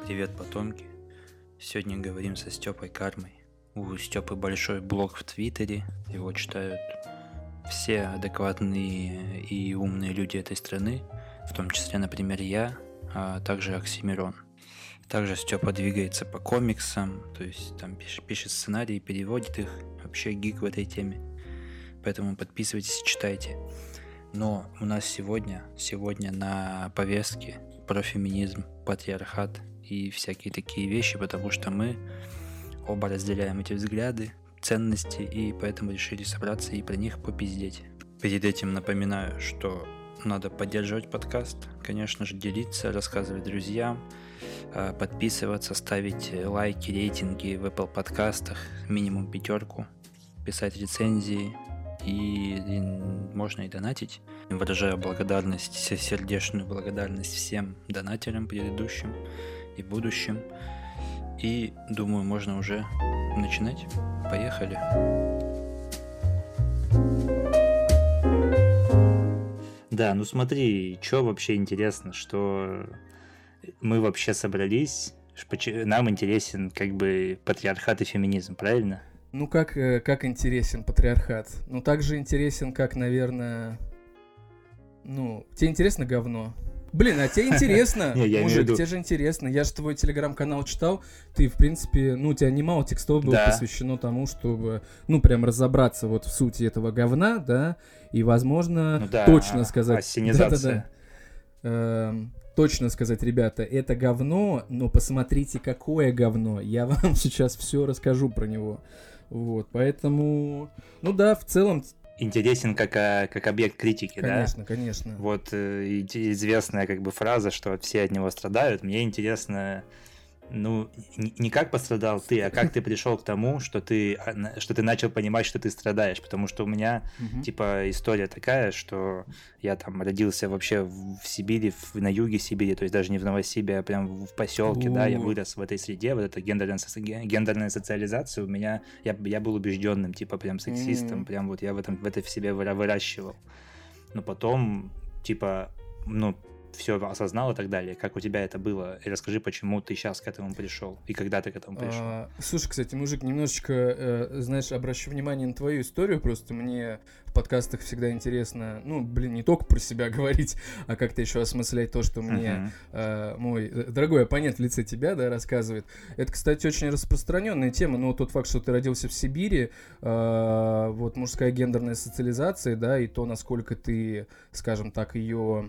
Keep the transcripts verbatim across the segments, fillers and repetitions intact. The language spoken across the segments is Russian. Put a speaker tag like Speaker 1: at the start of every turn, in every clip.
Speaker 1: Привет, потомки! Сегодня говорим со Степой Кармой. У Степы большой блог в Твиттере, его читают все адекватные и умные люди этой страны, в том числе, например, я, а также Оксимирон. Также Степа двигается по комиксам, то есть там пишет, пишет сценарии, переводит их, вообще гик в этой теме. Поэтому подписывайтесь и читайте. Но у нас сегодня, сегодня на повестке про феминизм, патриархат и всякие такие вещи, потому что мы оба разделяем эти взгляды, ценности, и поэтому решили собраться и про них попиздеть. Перед этим напоминаю, что надо поддерживать подкаст, конечно же, делиться, рассказывать друзьям, подписываться, ставить лайки, рейтинги в Apple подкастах, минимум пятерку, писать рецензии, и, и можно и донатить. Выражаю благодарность, сердечную благодарность всем донатерам предыдущим и будущим. И думаю, можно уже начинать. Поехали. Да, ну смотри, что вообще интересно, что мы вообще собрались, нам интересен как бы патриархат и феминизм, правильно?
Speaker 2: Ну как, как интересен патриархат? Ну так же интересен, как, наверное... Ну, тебе интересно говно? Блин, а тебе интересно, мужик, тебе же интересно. Я же твой телеграм-канал читал, ты, в принципе, ну, у тебя немало текстов было да. посвящено тому, чтобы, ну, прям разобраться вот в сути этого говна, да, и, возможно, ну, да, точно сказать...
Speaker 1: Ассенизация.
Speaker 2: Да-да-да. Эм, точно сказать, ребята, это говно, но посмотрите, какое говно. Я вам сейчас все расскажу про него. Вот, поэтому, ну да, в целом...
Speaker 1: Интересен как, как объект критики,
Speaker 2: конечно,
Speaker 1: да?
Speaker 2: Конечно, конечно.
Speaker 1: Вот э, известная как бы фраза, что все от него страдают. Мне интересно, ну, не как пострадал ты, а как ты пришел к тому, что ты, что ты начал понимать, что ты страдаешь. Потому что у меня, угу. типа, история такая, что я там родился вообще в Сибири, в, на юге Сибири, то есть даже не в Новосибе, а прям в поселке, да, я вырос в этой среде, вот эта гендерная, гендерная социализация у меня, я, я был убежденным, типа, прям сексистом, mm-hmm. прям вот я в этом, в это в себе выращивал. Но потом, типа, ну, все осознал и так далее. Как у тебя это было? И расскажи, почему ты сейчас к этому пришел и когда ты к этому пришел.
Speaker 2: А, слушай, кстати, мужик, немножечко, э, знаешь, обращу внимание на твою историю, просто мне в подкастах всегда интересно, ну, блин, не только про себя говорить, а как-то еще осмыслять то, что мне uh-huh. э, мой дорогой оппонент в лице тебя, да, рассказывает. Это, кстати, очень распространенная тема, но тот факт, что ты родился в Сибири, э, вот мужская гендерная социализация, да, и то, насколько ты, скажем так, ее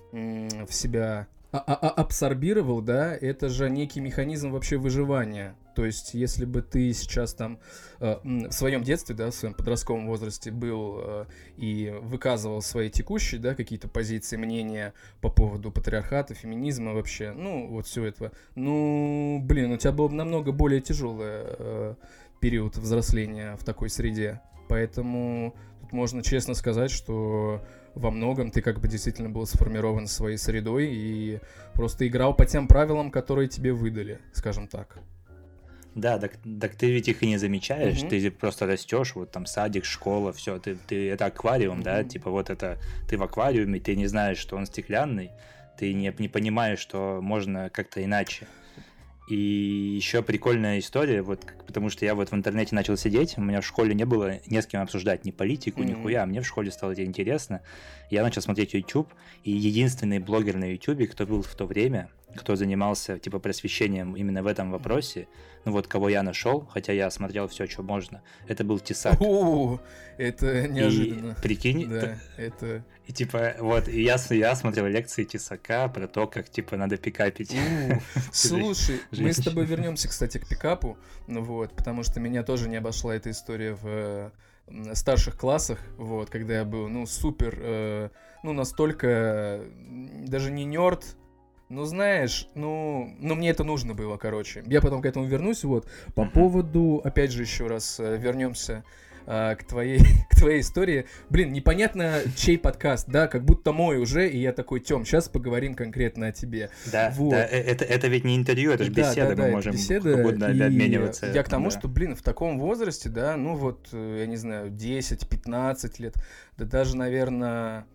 Speaker 2: в себя абсорбировал, да, это же некий механизм вообще выживания. То есть, если бы ты сейчас там э, в своем детстве, да, в своем подростковом возрасте был э, и выказывал свои текущие, да, какие-то позиции, мнения по поводу патриархата, феминизма вообще, ну, вот все это, ну, блин, у тебя был намного более тяжелый э, период взросления в такой среде. Поэтому тут можно честно сказать, что во многом ты как бы действительно был сформирован своей средой и просто играл по тем правилам, которые тебе выдали, скажем так.
Speaker 1: Да, так, так ты ведь их и не замечаешь, угу. ты просто растешь, вот там садик, школа, все, ты, ты, это аквариум, угу. да, типа вот это, ты в аквариуме, ты не знаешь, что он стеклянный, ты не, не понимаешь, что можно как-то иначе. И еще прикольная история, вот, потому что я вот в интернете начал сидеть, у меня в школе не было не с кем обсуждать ни политику, mm-hmm. ни хуя, а мне в школе стало это интересно. Я начал смотреть YouTube, и единственный блогер на YouTube, кто был в то время, кто занимался типа просвещением именно в этом вопросе, ну вот кого я нашел, хотя я смотрел все, что можно, это был Тесак.
Speaker 2: О, это неожиданно.
Speaker 1: И прикинь,
Speaker 2: да,
Speaker 1: т...
Speaker 2: это...
Speaker 1: И типа, вот, и я, я смотрел лекции Тесака про то, как, типа, надо пикапить.
Speaker 2: Слушай, мы с тобой вернемся, кстати, к пикапу, ну вот, потому что меня тоже не обошла эта история в старших классах, вот, когда я был, ну, супер, э, ну, настолько, даже не нерд, ну, знаешь, ну, ну, мне это нужно было, короче. Я потом к этому вернусь, вот, по uh-huh. поводу, опять же, еще раз вернемся к твоей, к твоей истории. Блин, непонятно, чей подкаст, да, как будто мой уже, и я такой, Тём, сейчас поговорим конкретно о тебе.
Speaker 1: Да, вот. Да, это, это ведь не интервью, это же да, беседа, да, да, мы можем беседа, свободно обмениваться.
Speaker 2: Я к тому,
Speaker 1: да.
Speaker 2: что, блин, в таком возрасте, да, ну вот, я не знаю, десять-пятнадцать лет, да даже, наверное,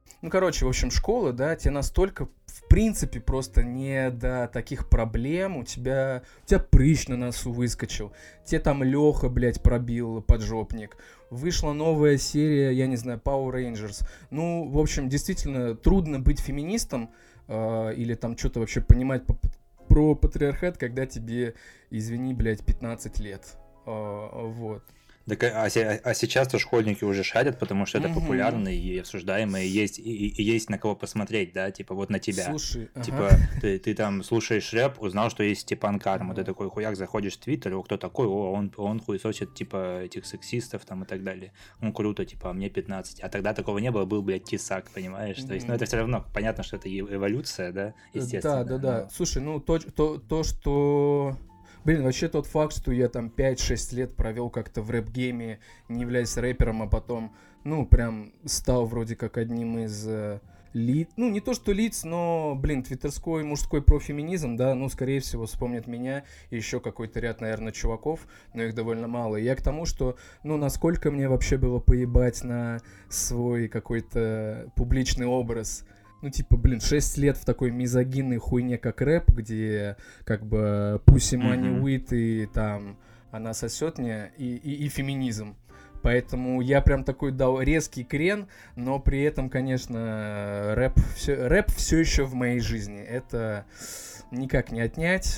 Speaker 2: Ну, короче, в общем, школа, да, тебе настолько, в принципе, просто не до таких проблем. У тебя, у тебя прыщ на носу выскочил. Тебе там Леха, блядь, пробил поджопник. Вышла новая серия, я не знаю, Power Rangers. Ну, в общем, действительно, трудно быть феминистом э, или там что-то вообще понимать по, про патриархат, когда тебе, извини, блядь, пятнадцать лет. Э, вот.
Speaker 1: Так, а, а сейчас-то школьники уже шарят, потому что это
Speaker 2: Мгм.
Speaker 1: популярно и обсуждаемо, и есть, и, и есть на кого посмотреть, да, типа вот на тебя.
Speaker 2: Слушай, ага.
Speaker 1: Типа ты, ты там слушаешь рэп, узнал, что есть Степан Карма, ты такой хуяк, заходишь в Твиттер, о, кто такой, о, он, он хуесосит, типа, этих сексистов там и так далее. Ну, круто, типа, а мне пятнадцать. А тогда такого не было, был, блядь, Тесак, понимаешь? То есть, ну, это все равно, понятно, что это эволюция, да, естественно.
Speaker 2: Да, да, да.
Speaker 1: Но...
Speaker 2: Слушай, ну, то, то, то, что... Блин, вообще тот факт, что я там пять-шесть лет провел как-то в рэп-гейме, не являясь рэпером, а потом, ну, прям стал вроде как одним из э, лиц, ну, не то что лиц, но, блин, твиттерской мужской профеминизм, да, ну, скорее всего, вспомнят меня и еще какой-то ряд, наверное, чуваков, но их довольно мало. И я к тому, что, ну, насколько мне вообще было поебать на свой какой-то публичный образ. Ну, типа, блин, шесть лет в такой мизогинной хуйне, как рэп, где, как бы, Pussy Money Weed и там она сосет мне, и, и, и феминизм. Поэтому я прям такой дал резкий крен, но при этом, конечно, рэп все, рэп все еще в моей жизни. Это никак не отнять.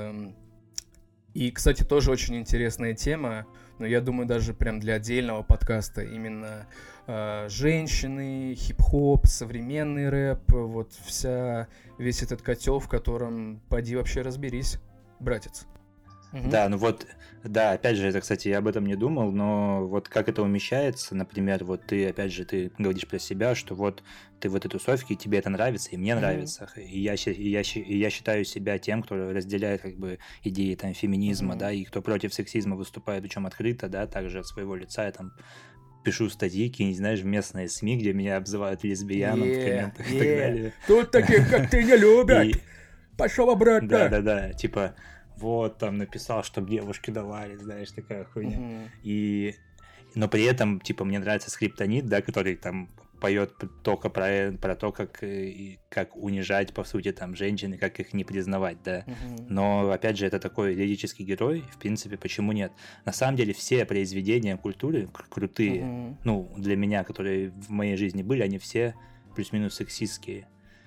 Speaker 2: И, кстати, тоже очень интересная тема, но я думаю, даже прям для отдельного подкаста именно э, женщины, хип-хоп, современный рэп, вот вся, весь этот котел, в котором поди вообще разберись, братец.
Speaker 1: Угу. Да, ну вот, да, опять же, это, кстати, я об этом не думал, но вот как это умещается, например, вот ты, опять же, ты говоришь про себя, что вот ты в этой тусовке, и тебе это нравится, и мне mm-hmm. нравится, и я, и, я, и я считаю себя тем, кто разделяет, как бы, идеи, там, феминизма, mm-hmm. да, и кто против сексизма выступает, причем открыто, да, также от своего лица, я там пишу статьи, не знаешь, в местные СМИ, где меня обзывают лесбияном yeah, в комментах yeah. и так далее.
Speaker 2: Тут таких, как ты, не любят! Пошел обратно!
Speaker 1: Да-да-да, типа... Вот, там написал, чтобы девушки давали, знаешь, такая хуйня. Uh-huh. И... Но при этом, типа, мне нравится Скриптонит, да, который там поет только про, про то, как, как унижать, по сути, там, женщин и как их не признавать, да. Uh-huh. Но, опять же, это такой лирический герой, в принципе, почему нет? На самом деле, все произведения культуры крутые, uh-huh. ну, для меня, которые в моей жизни были, они все плюс-минус сексистские.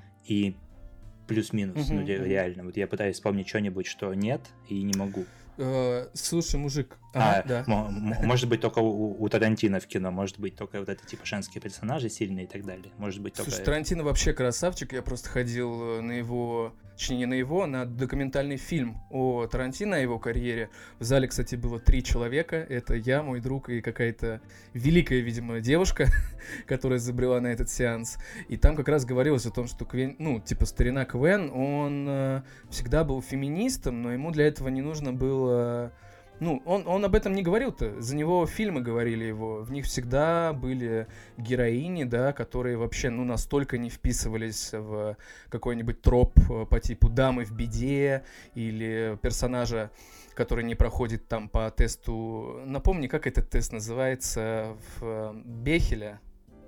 Speaker 1: И плюс-минус, uh-huh, ну, uh-huh. реально. Вот я пытаюсь вспомнить что-нибудь, что нет, и не могу.
Speaker 2: Uh, слушай, мужик.
Speaker 1: А,
Speaker 2: ага, да.
Speaker 1: м- м- может быть, только у, у Тарантино в кино, может быть, только вот это, типа, женские персонажи сильные и так далее. Может быть,
Speaker 2: Слушай,
Speaker 1: только...
Speaker 2: Тарантино вообще красавчик. Я просто ходил на его... Точнее, не на его, на документальный фильм о Тарантино, о его карьере. В зале, кстати, было три человека. Это я, мой друг и какая-то великая, видимо, девушка, которая забрела на этот сеанс. И там как раз говорилось о том, что Квен... ну, типа, старина Квен, он э, всегда был феминистом, но ему для этого не нужно было... Ну, он, он об этом не говорил-то, за него фильмы говорили его, в них всегда были героини, да, которые вообще, ну, настолько не вписывались в какой-нибудь троп по типу дамы в беде или персонажа, который не проходит там по тесту, напомни, как этот тест называется, в Бехеля.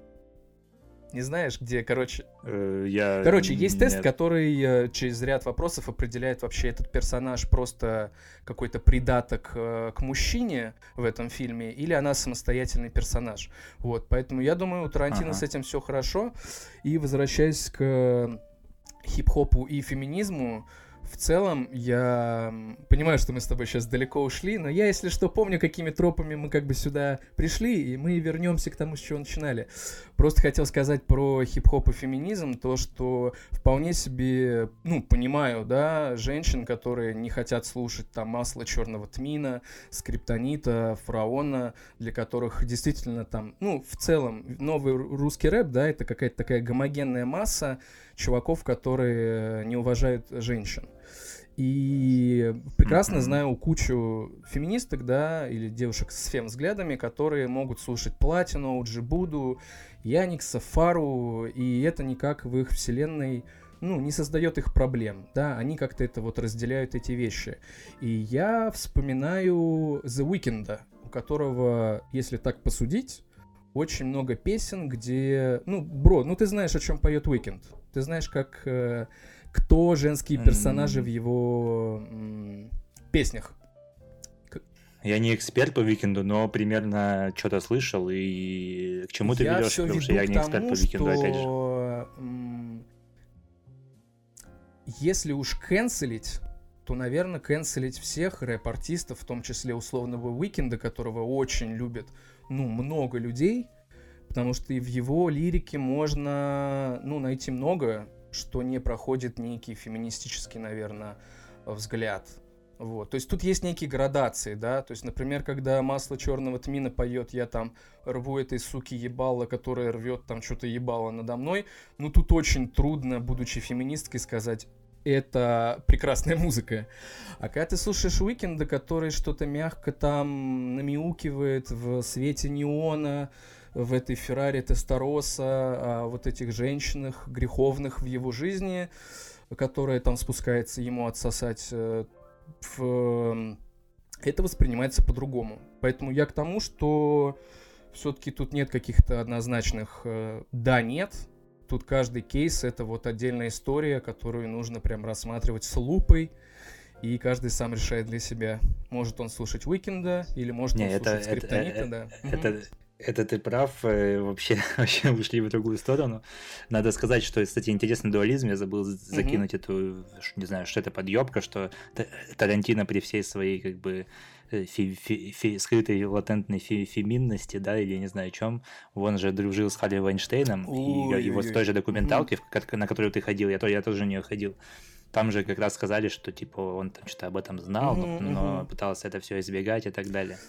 Speaker 2: Не знаешь, где, короче...
Speaker 1: Uh, я...
Speaker 2: Короче, есть тест,
Speaker 1: Нет.
Speaker 2: который э, через ряд вопросов определяет вообще этот персонаж просто какой-то придаток э, к мужчине в этом фильме, или она самостоятельный персонаж. Вот, поэтому я думаю, у Тарантино ага. с этим все хорошо. И возвращаясь к хип-хопу и феминизму, в целом, я понимаю, что мы с тобой сейчас далеко ушли, но я, если что, помню, какими тропами мы как бы сюда пришли, и мы вернемся к тому, с чего начинали. Просто хотел сказать про хип-хоп и феминизм, то, что вполне себе, ну, понимаю, да, женщин, которые не хотят слушать там масло черного тмина, скриптонита, фараона, для которых действительно там, ну, в целом, новый русский рэп, да, это какая-то такая гомогенная масса чуваков, которые не уважают женщин. И прекрасно mm-hmm. знаю кучу феминисток, да, или девушек с фем-взглядами, которые могут слушать Платину, Джибуду, Яникса, Фару, и это никак в их вселенной, ну, не создает их проблем, да, они как-то это вот разделяют эти вещи. И я вспоминаю The Weeknd, у которого, если так посудить, очень много песен, где... Ну, бро, ну ты знаешь, о чем поет Уикенд. Ты знаешь, как... Э, кто женские персонажи mm-hmm. в его м, песнях.
Speaker 1: Я не эксперт по Уикенду, но примерно что-то слышал, и к чему ты
Speaker 2: я
Speaker 1: ведешь, потому что я не эксперт тому, по Уикенду, опять же.
Speaker 2: М- если уж канцелить, то, наверное, канцелить всех рэп-артистов, в том числе условного Уикенда, которого очень любят, ну, много людей, потому что и в его лирике можно, ну, найти много, что не проходит некий феминистический, наверное, взгляд. Вот. То есть тут есть некие градации, да, то есть, например, когда «Масло черного тмина» поет «Я там рву этой суки ебало, которая рвет там что-то ебало надо мной», ну тут очень трудно, будучи феминисткой, сказать «это прекрасная музыка». А когда ты слушаешь Уикенда, который что-то мягко там намяукивает в свете неона, в этой Феррари Тестороса, о вот этих женщинах греховных в его жизни, которая там спускается ему отсосать, в... это воспринимается по-другому. Поэтому я к тому, что все-таки тут нет каких-то однозначных э, да-нет. Тут каждый кейс — это вот отдельная история, которую нужно прям рассматривать с лупой, и каждый сам решает для себя, может он слушать Уикенда или может
Speaker 1: Не,
Speaker 2: он
Speaker 1: это,
Speaker 2: слушать Скриптонита.
Speaker 1: Это,
Speaker 2: да.
Speaker 1: это, угу. это ты прав, вообще, вообще ушли в другую сторону. Надо сказать, что, кстати, интересный дуализм, я забыл закинуть угу. эту, не знаю, что это подъебка, что Тарантино при всей своей, как бы, фи- фи- фи- скрытой латентной фи- феминности, да, или не знаю чем, он же дружил с Харви Вайнштейном, Ой-ой-ой. и вот в той же документалке, угу. на которую ты ходил, я, я тоже на нее ходил, там же как раз сказали, что, типа, он там что-то об этом знал, uh-huh, но, но uh-huh. пытался это все избегать и так далее.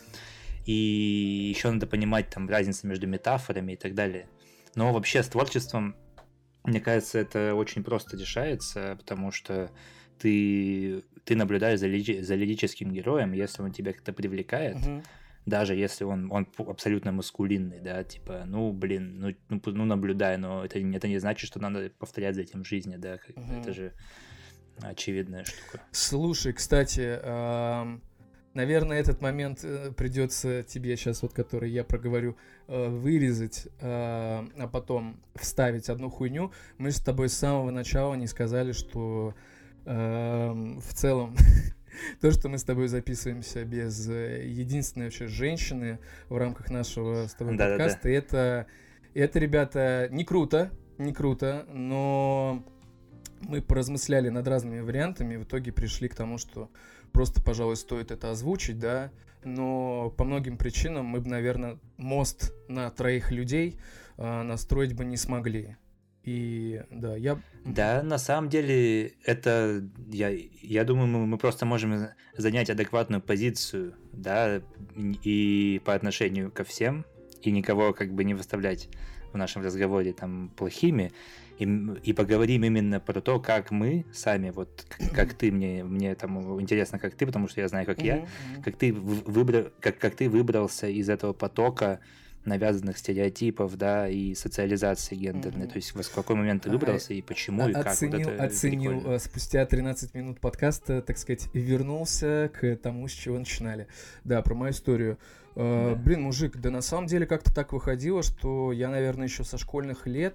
Speaker 1: И еще надо понимать там разницу между метафорами и так далее. Но вообще с творчеством, мне кажется, это очень просто решается, потому что ты, ты наблюдаешь за, ли, за лирическим героем, если он тебя как-то привлекает, uh-huh. даже если он, он абсолютно маскулинный, да, типа, ну, блин, ну, ну, ну наблюдай, но это, это не значит, что надо повторять за этим в жизни, да, uh-huh. это же очевидная штука.
Speaker 2: Слушай, кстати, э, наверное, этот момент придется тебе сейчас, вот который я проговорю, э, вырезать, э, а потом вставить одну хуйню. Мы с тобой с самого начала не сказали, что э, в целом то, что мы с тобой записываемся без единственной вообще женщины в рамках нашего с тобой да, подкаста, да, да. это, это, ребята, не круто, не круто, но мы поразмысляли над разными вариантами, в итоге пришли к тому, что просто, пожалуй, стоит это озвучить, да, но по многим причинам мы бы, наверное, мост на троих людей э, настроить бы не смогли. И да, я...
Speaker 1: Да, на самом деле, это, я, я думаю, мы, мы просто можем занять адекватную позицию, да, и по отношению ко всем, и никого как бы не выставлять в нашем разговоре там плохими, и, и поговорим именно про то, как мы сами, вот как, как ты, мне, мне там интересно, как ты, потому что я знаю, как я, как ты, выбрал, как, как ты выбрался из этого потока навязанных стереотипов, да, и социализации гендерной, mm-hmm. то есть в какой момент ты выбрался а, и почему, а, и как.
Speaker 2: Оценил,
Speaker 1: вот это
Speaker 2: оценил
Speaker 1: прикольно.
Speaker 2: Спустя тринадцать минут подкаста, так сказать, вернулся к тому, с чего начинали. Да, про мою историю. Да. Uh, блин, мужик, да на самом деле как-то так выходило, что я, наверное, еще со школьных лет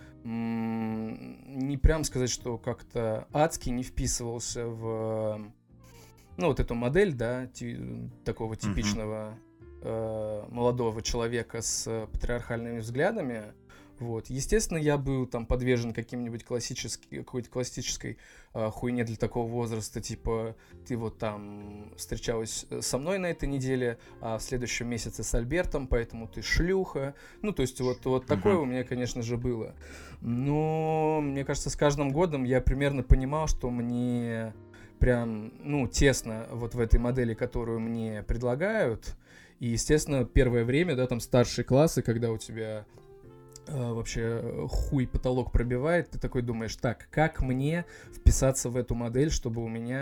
Speaker 2: м- не прям сказать, что как-то адски не вписывался в, ну, вот эту модель, да, ти- такого типичного uh-huh. э- молодого человека с патриархальными взглядами. Вот. Естественно, я был там подвержен каким-нибудь классической, какой-то классической э, хуйне для такого возраста, типа ты вот там встречалась со мной на этой неделе, а в следующем месяце с Альбертом, поэтому ты шлюха. Ну, то есть вот, вот такое uh-huh. у меня, конечно же, было. Но мне кажется, с каждым годом я примерно понимал, что мне прям, ну, тесно вот в этой модели, которую мне предлагают. И, естественно, первое время, да, там старшие классы, когда у тебя... вообще хуй потолок пробивает, ты такой думаешь, так, как мне вписаться в эту модель, чтобы у меня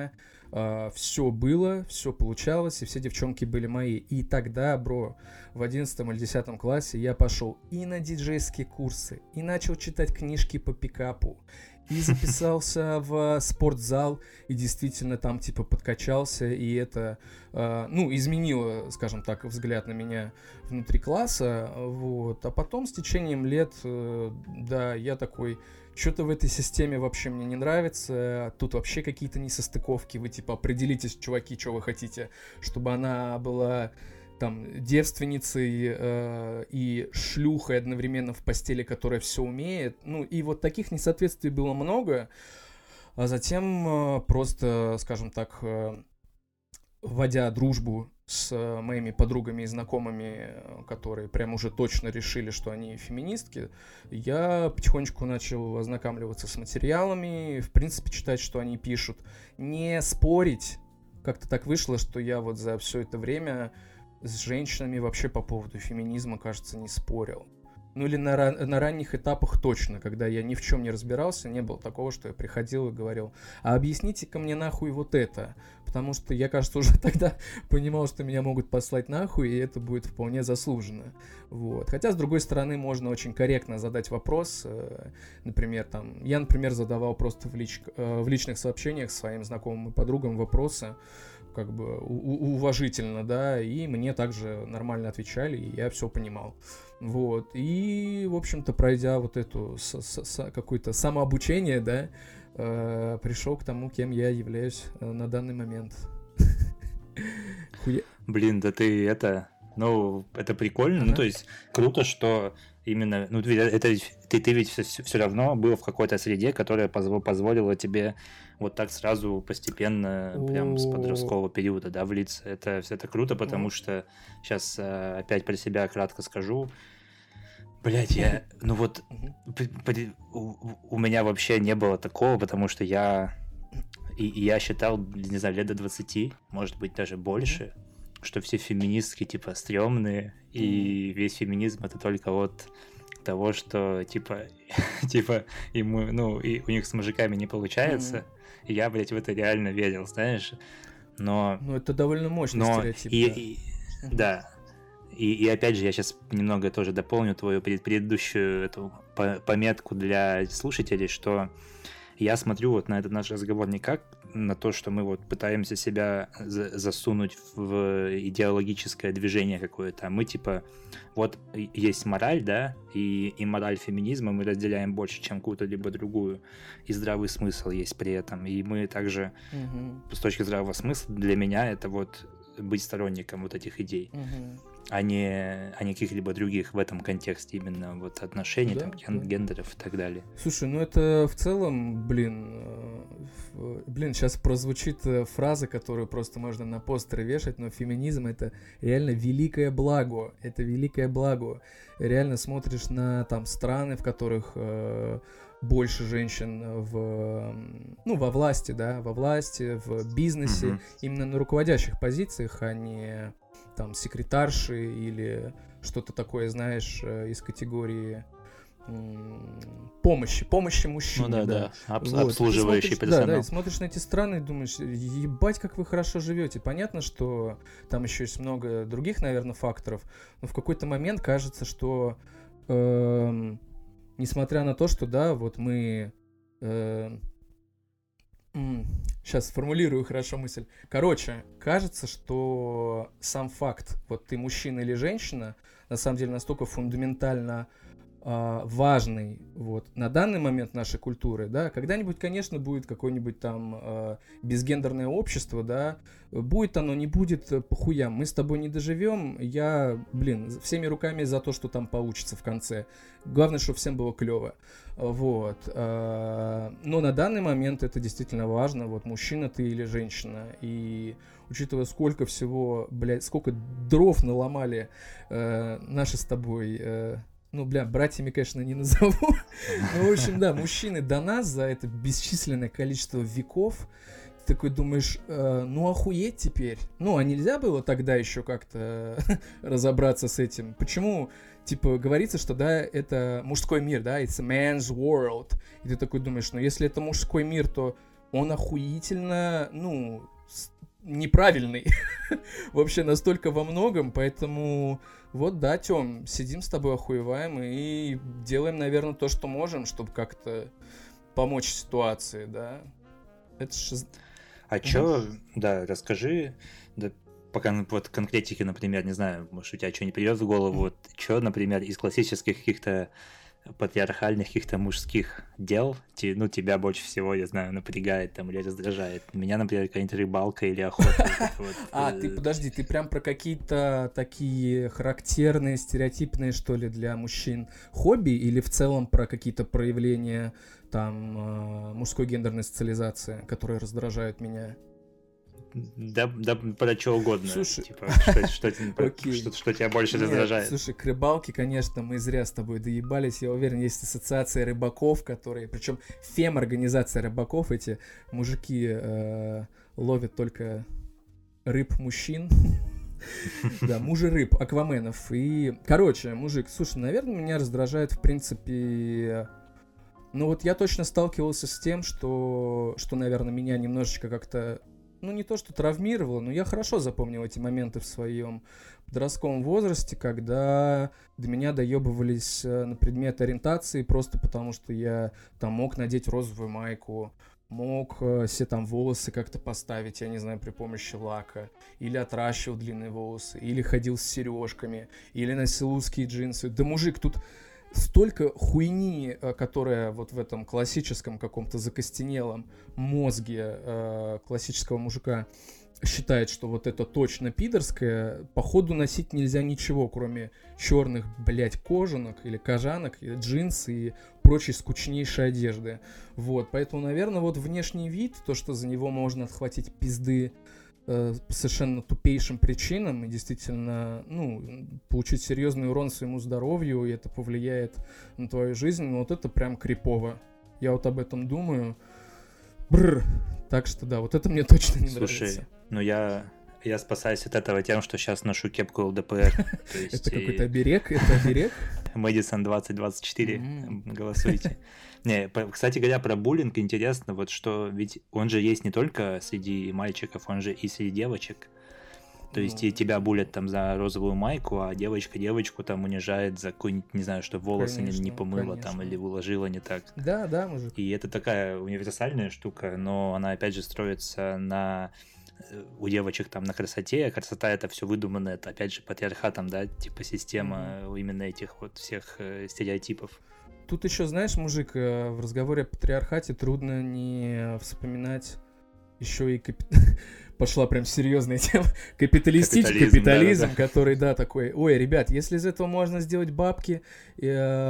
Speaker 2: Uh, все было, все получалось, и все девчонки были мои. И тогда, бро, в одиннадцатом или десятом классе я пошел и на диджейские курсы, и начал читать книжки по пикапу, и записался в спортзал, и действительно там типа подкачался, и это, uh, ну, изменило, скажем так, взгляд на меня внутри класса, вот. А потом с течением лет, uh, да, я такой... Что-то в этой системе вообще мне не нравится, тут вообще какие-то несостыковки, вы типа определитесь, чуваки, что вы хотите, чтобы она была там девственницей э, и шлюхой одновременно в постели, которая все умеет, ну и вот таких несоответствий было много, а затем э, просто, скажем так, э, вводя дружбу с моими подругами и знакомыми, которые прям уже точно решили, что они феминистки, я потихонечку начал ознакомливаться с материалами, в принципе, читать, что они пишут. Не спорить. Как-то так вышло, что я вот за все это время с женщинами вообще по поводу феминизма, кажется, не спорил. Ну или на, ран- на ранних этапах точно, когда я ни в чем не разбирался, не было такого, что я приходил и говорил: а объясните-ка мне нахуй вот это. Потому что я, кажется, уже тогда понимал, что меня могут послать нахуй, и это будет вполне заслуженно. Вот. Хотя, с другой стороны, можно очень корректно задать вопрос. Например, там, я, например, задавал просто в, лич... в личных сообщениях своим знакомым и подругам вопросы, как бы у- уважительно, да, и мне также нормально отвечали, и я все понимал. Вот, и, в общем-то, пройдя вот эту с- с- с- какое-то самообучение, да, э, пришел к тому, кем я являюсь э, на данный момент. Хуя...
Speaker 1: Блин, да ты это... Ну, это прикольно.
Speaker 2: Ага.
Speaker 1: Ну, то есть, круто, что именно... Ну, это, ты, ты ведь все, все равно был в какой-то среде, которая позво- позволила тебе вот так сразу постепенно, прям с подросткового периода, да, влиться. Это, это круто, потому что сейчас опять про себя кратко скажу. Блять, я... Ну вот, у, у меня вообще не было такого, потому что я... И, и я считал, не знаю, лет до двадцати, может быть, даже больше, что все феминистки, типа, стрёмные, и весь феминизм — это только вот того, что, типа, типа, ему, ну, и у них с мужиками не получается. И я, блядь, в это реально верил, знаешь. Но...
Speaker 2: Ну, это довольно мощный
Speaker 1: но...
Speaker 2: стереотип,
Speaker 1: и,
Speaker 2: да.
Speaker 1: И, да. И, и опять же, я сейчас немного тоже дополню твою пред, предыдущую эту пометку для слушателей, что я смотрю вот на этот наш разговор не как на то, что мы вот пытаемся себя за- засунуть в идеологическое движение какое-то, а мы типа, вот есть мораль, да, и, и мораль феминизма мы разделяем больше, чем какую-то либо другую, и здравый смысл есть при этом, и мы также
Speaker 2: Угу.
Speaker 1: с точки зрения смысла для меня это вот быть сторонником вот этих идей.
Speaker 2: Угу.
Speaker 1: А не, а не каких-либо других в этом контексте именно вот отношений,
Speaker 2: Да,
Speaker 1: там, ген-
Speaker 2: да.
Speaker 1: гендеров и так далее.
Speaker 2: Слушай, ну это в целом, блин, э, в- блин, сейчас прозвучит э, фраза, которую просто можно на постеры вешать, но феминизм — это реально великое благо, это великое благо. Реально смотришь на там страны, в которых э, больше женщин в, ну, во власти, да, во власти, в бизнесе,
Speaker 1: Мгм.
Speaker 2: именно на руководящих позициях, а не там секретарши или что-то такое, знаешь, э, из категории м, помощи, помощи мужчине,
Speaker 1: Ну да,
Speaker 2: да.
Speaker 1: да, Обс-
Speaker 2: Вот.
Speaker 1: обслуживающий
Speaker 2: Ты смотришь,
Speaker 1: персонал.
Speaker 2: Да, да, и смотришь на эти страны и думаешь: ебать, как вы хорошо живете. Понятно, что там еще есть много других, наверное, факторов, но в какой-то момент кажется, что эм, несмотря на то, что, да, вот мы... эм, м, сейчас сформулирую хорошо мысль. Короче, кажется, что сам факт, вот ты мужчина или женщина, на самом деле настолько фундаментально а, важный вот на данный момент нашей культуры, да, когда-нибудь, конечно, будет какое-нибудь там а, безгендерное общество, да, будет оно, не будет, э, похуям, мы с тобой не доживем, я, блин, всеми руками за то, что там получится в конце, главное, чтобы всем было клево, вот, а, но на данный момент это действительно важно, вот, мужчина ты или женщина, и учитывая, сколько всего, блядь, сколько дров наломали э, наши с тобой... Э, ну, бля, братьями, конечно, не назову. Ну, в общем, да, мужчины до нас за это бесчисленное количество веков. Ты такой думаешь, э, ну, охуеть теперь. Ну, а нельзя было тогда еще как-то разобраться с этим? Почему, типа, говорится, что, да, это мужской мир, да, it's a man's world. И ты такой думаешь, ну, если это мужской мир, то он охуительно, ну... неправильный. Вообще настолько во многом, поэтому вот да, Тём, сидим с тобой, охуеваем и делаем, наверное, то, что можем, чтобы как-то помочь ситуации, да. Это ж...
Speaker 1: А угу. Чё, да, расскажи, да, пока вот конкретики, например, не знаю, может, у тебя что-нибудь придет в голову, вот, что, например, из классических каких-то патриархальных каких-то мужских дел, те, ну, тебя больше всего, я знаю, напрягает там или раздражает. Меня, например, какая-нибудь рыбалка или охота.
Speaker 2: А, ты, подожди, ты прям про какие-то такие характерные, стереотипные, что ли, для мужчин хобби или в целом про какие-то проявления там мужской гендерной социализации, которые раздражают меня?
Speaker 1: Да, да, про что угодно.
Speaker 2: Слушай,
Speaker 1: типа, что, что, что, что, что тебя больше
Speaker 2: Нет,
Speaker 1: раздражает?
Speaker 2: Слушай, к рыбалке, конечно, мы зря с тобой доебались. Я уверен, есть ассоциация рыбаков, которые, причем фем-организация рыбаков, эти мужики э, ловят только рыб-мужчин. Да, мужи-рыб, акваменов. И, короче, мужик, слушай, наверное, меня раздражает, в принципе... Ну вот я точно сталкивался с тем, что, что, наверное, меня немножечко как-то... Ну, не то, что травмировало, но я хорошо запомнил эти моменты в своем подростковом возрасте, когда до меня доебывались на предмет ориентации, просто потому что я там мог надеть розовую майку, мог себе там волосы как-то поставить, я не знаю, при помощи лака, или отращивал длинные волосы, или ходил с сережками, или носил узкие джинсы. Да, мужик, тут... Столько хуйни, которая вот в этом классическом каком-то закостенелом мозге э, классического мужика считает, что вот это точно пидорское, походу носить нельзя ничего, кроме черных, блядь, кожанок или кожанок, джинсы и прочей скучнейшей одежды. Вот, поэтому, наверное, вот внешний вид, то, что за него можно отхватить пизды по совершенно тупейшим причинам и действительно, ну, получить серьезный урон своему здоровью, и это повлияет на твою жизнь, ну, вот это прям крипово. Я вот об этом думаю. Бррр. Так что да, вот это мне точно не
Speaker 1: Слушай,
Speaker 2: нравится.
Speaker 1: Слушай, ну я... Я спасаюсь от этого тем, что сейчас ношу кепку эл дэ пэ эр.
Speaker 2: Это какой-то оберег? Это оберег?
Speaker 1: Мэдисон двадцать двадцать четыре. Голосуйте. Не, кстати говоря, про буллинг интересно, вот что, ведь он же есть не только среди мальчиков, он же и среди девочек. То есть и тебя булят там за розовую майку, а девочка девочку там унижает за какой-нибудь, не знаю, что волосы конечно, не, не помыла конечно. Там или уложила не так.
Speaker 2: Да, да, мужик.
Speaker 1: И это такая универсальная штука, но она опять же строится на... у девочек там на красоте, а красота это все выдуманное, это опять же патриархатом, да, типа система mm-hmm. именно этих вот всех э, стереотипов.
Speaker 2: Тут еще, знаешь, мужик, э, в разговоре о патриархате трудно не вспоминать еще и капи... пошла прям серьезная тема. Капиталистический капитализм, капитализм да, да. который, да, такой, ой, ребят, если из этого можно сделать бабки, и,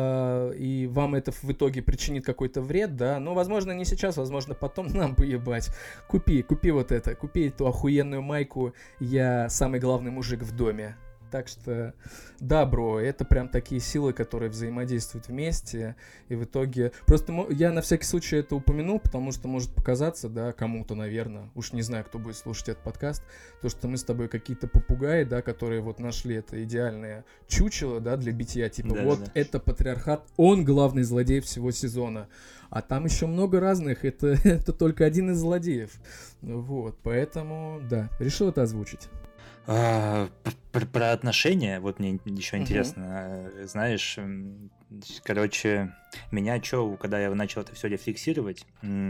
Speaker 2: э, и вам это в итоге причинит какой-то вред, да, ну, возможно, не сейчас, возможно, потом нам поебать. Купи, купи вот это, купи эту охуенную майку, я самый главный мужик в доме. Так что, да, бро, это прям такие силы, которые взаимодействуют вместе, и в итоге... Просто я на всякий случай это упомянул, потому что может показаться, да, кому-то, наверное, уж не знаю, кто будет слушать этот подкаст, то, что мы с тобой какие-то попугаи, да, которые вот нашли это идеальное чучело, да, для битья, типа, да, вот да. это патриархат, он главный злодей всего сезона. А там еще много разных, это, это только один из злодеев. Вот, поэтому, да, решил это озвучить.
Speaker 1: А, про, про отношения, вот мне еще uh-huh. интересно, знаешь, короче, меня что, когда я начал это все рефлексировать,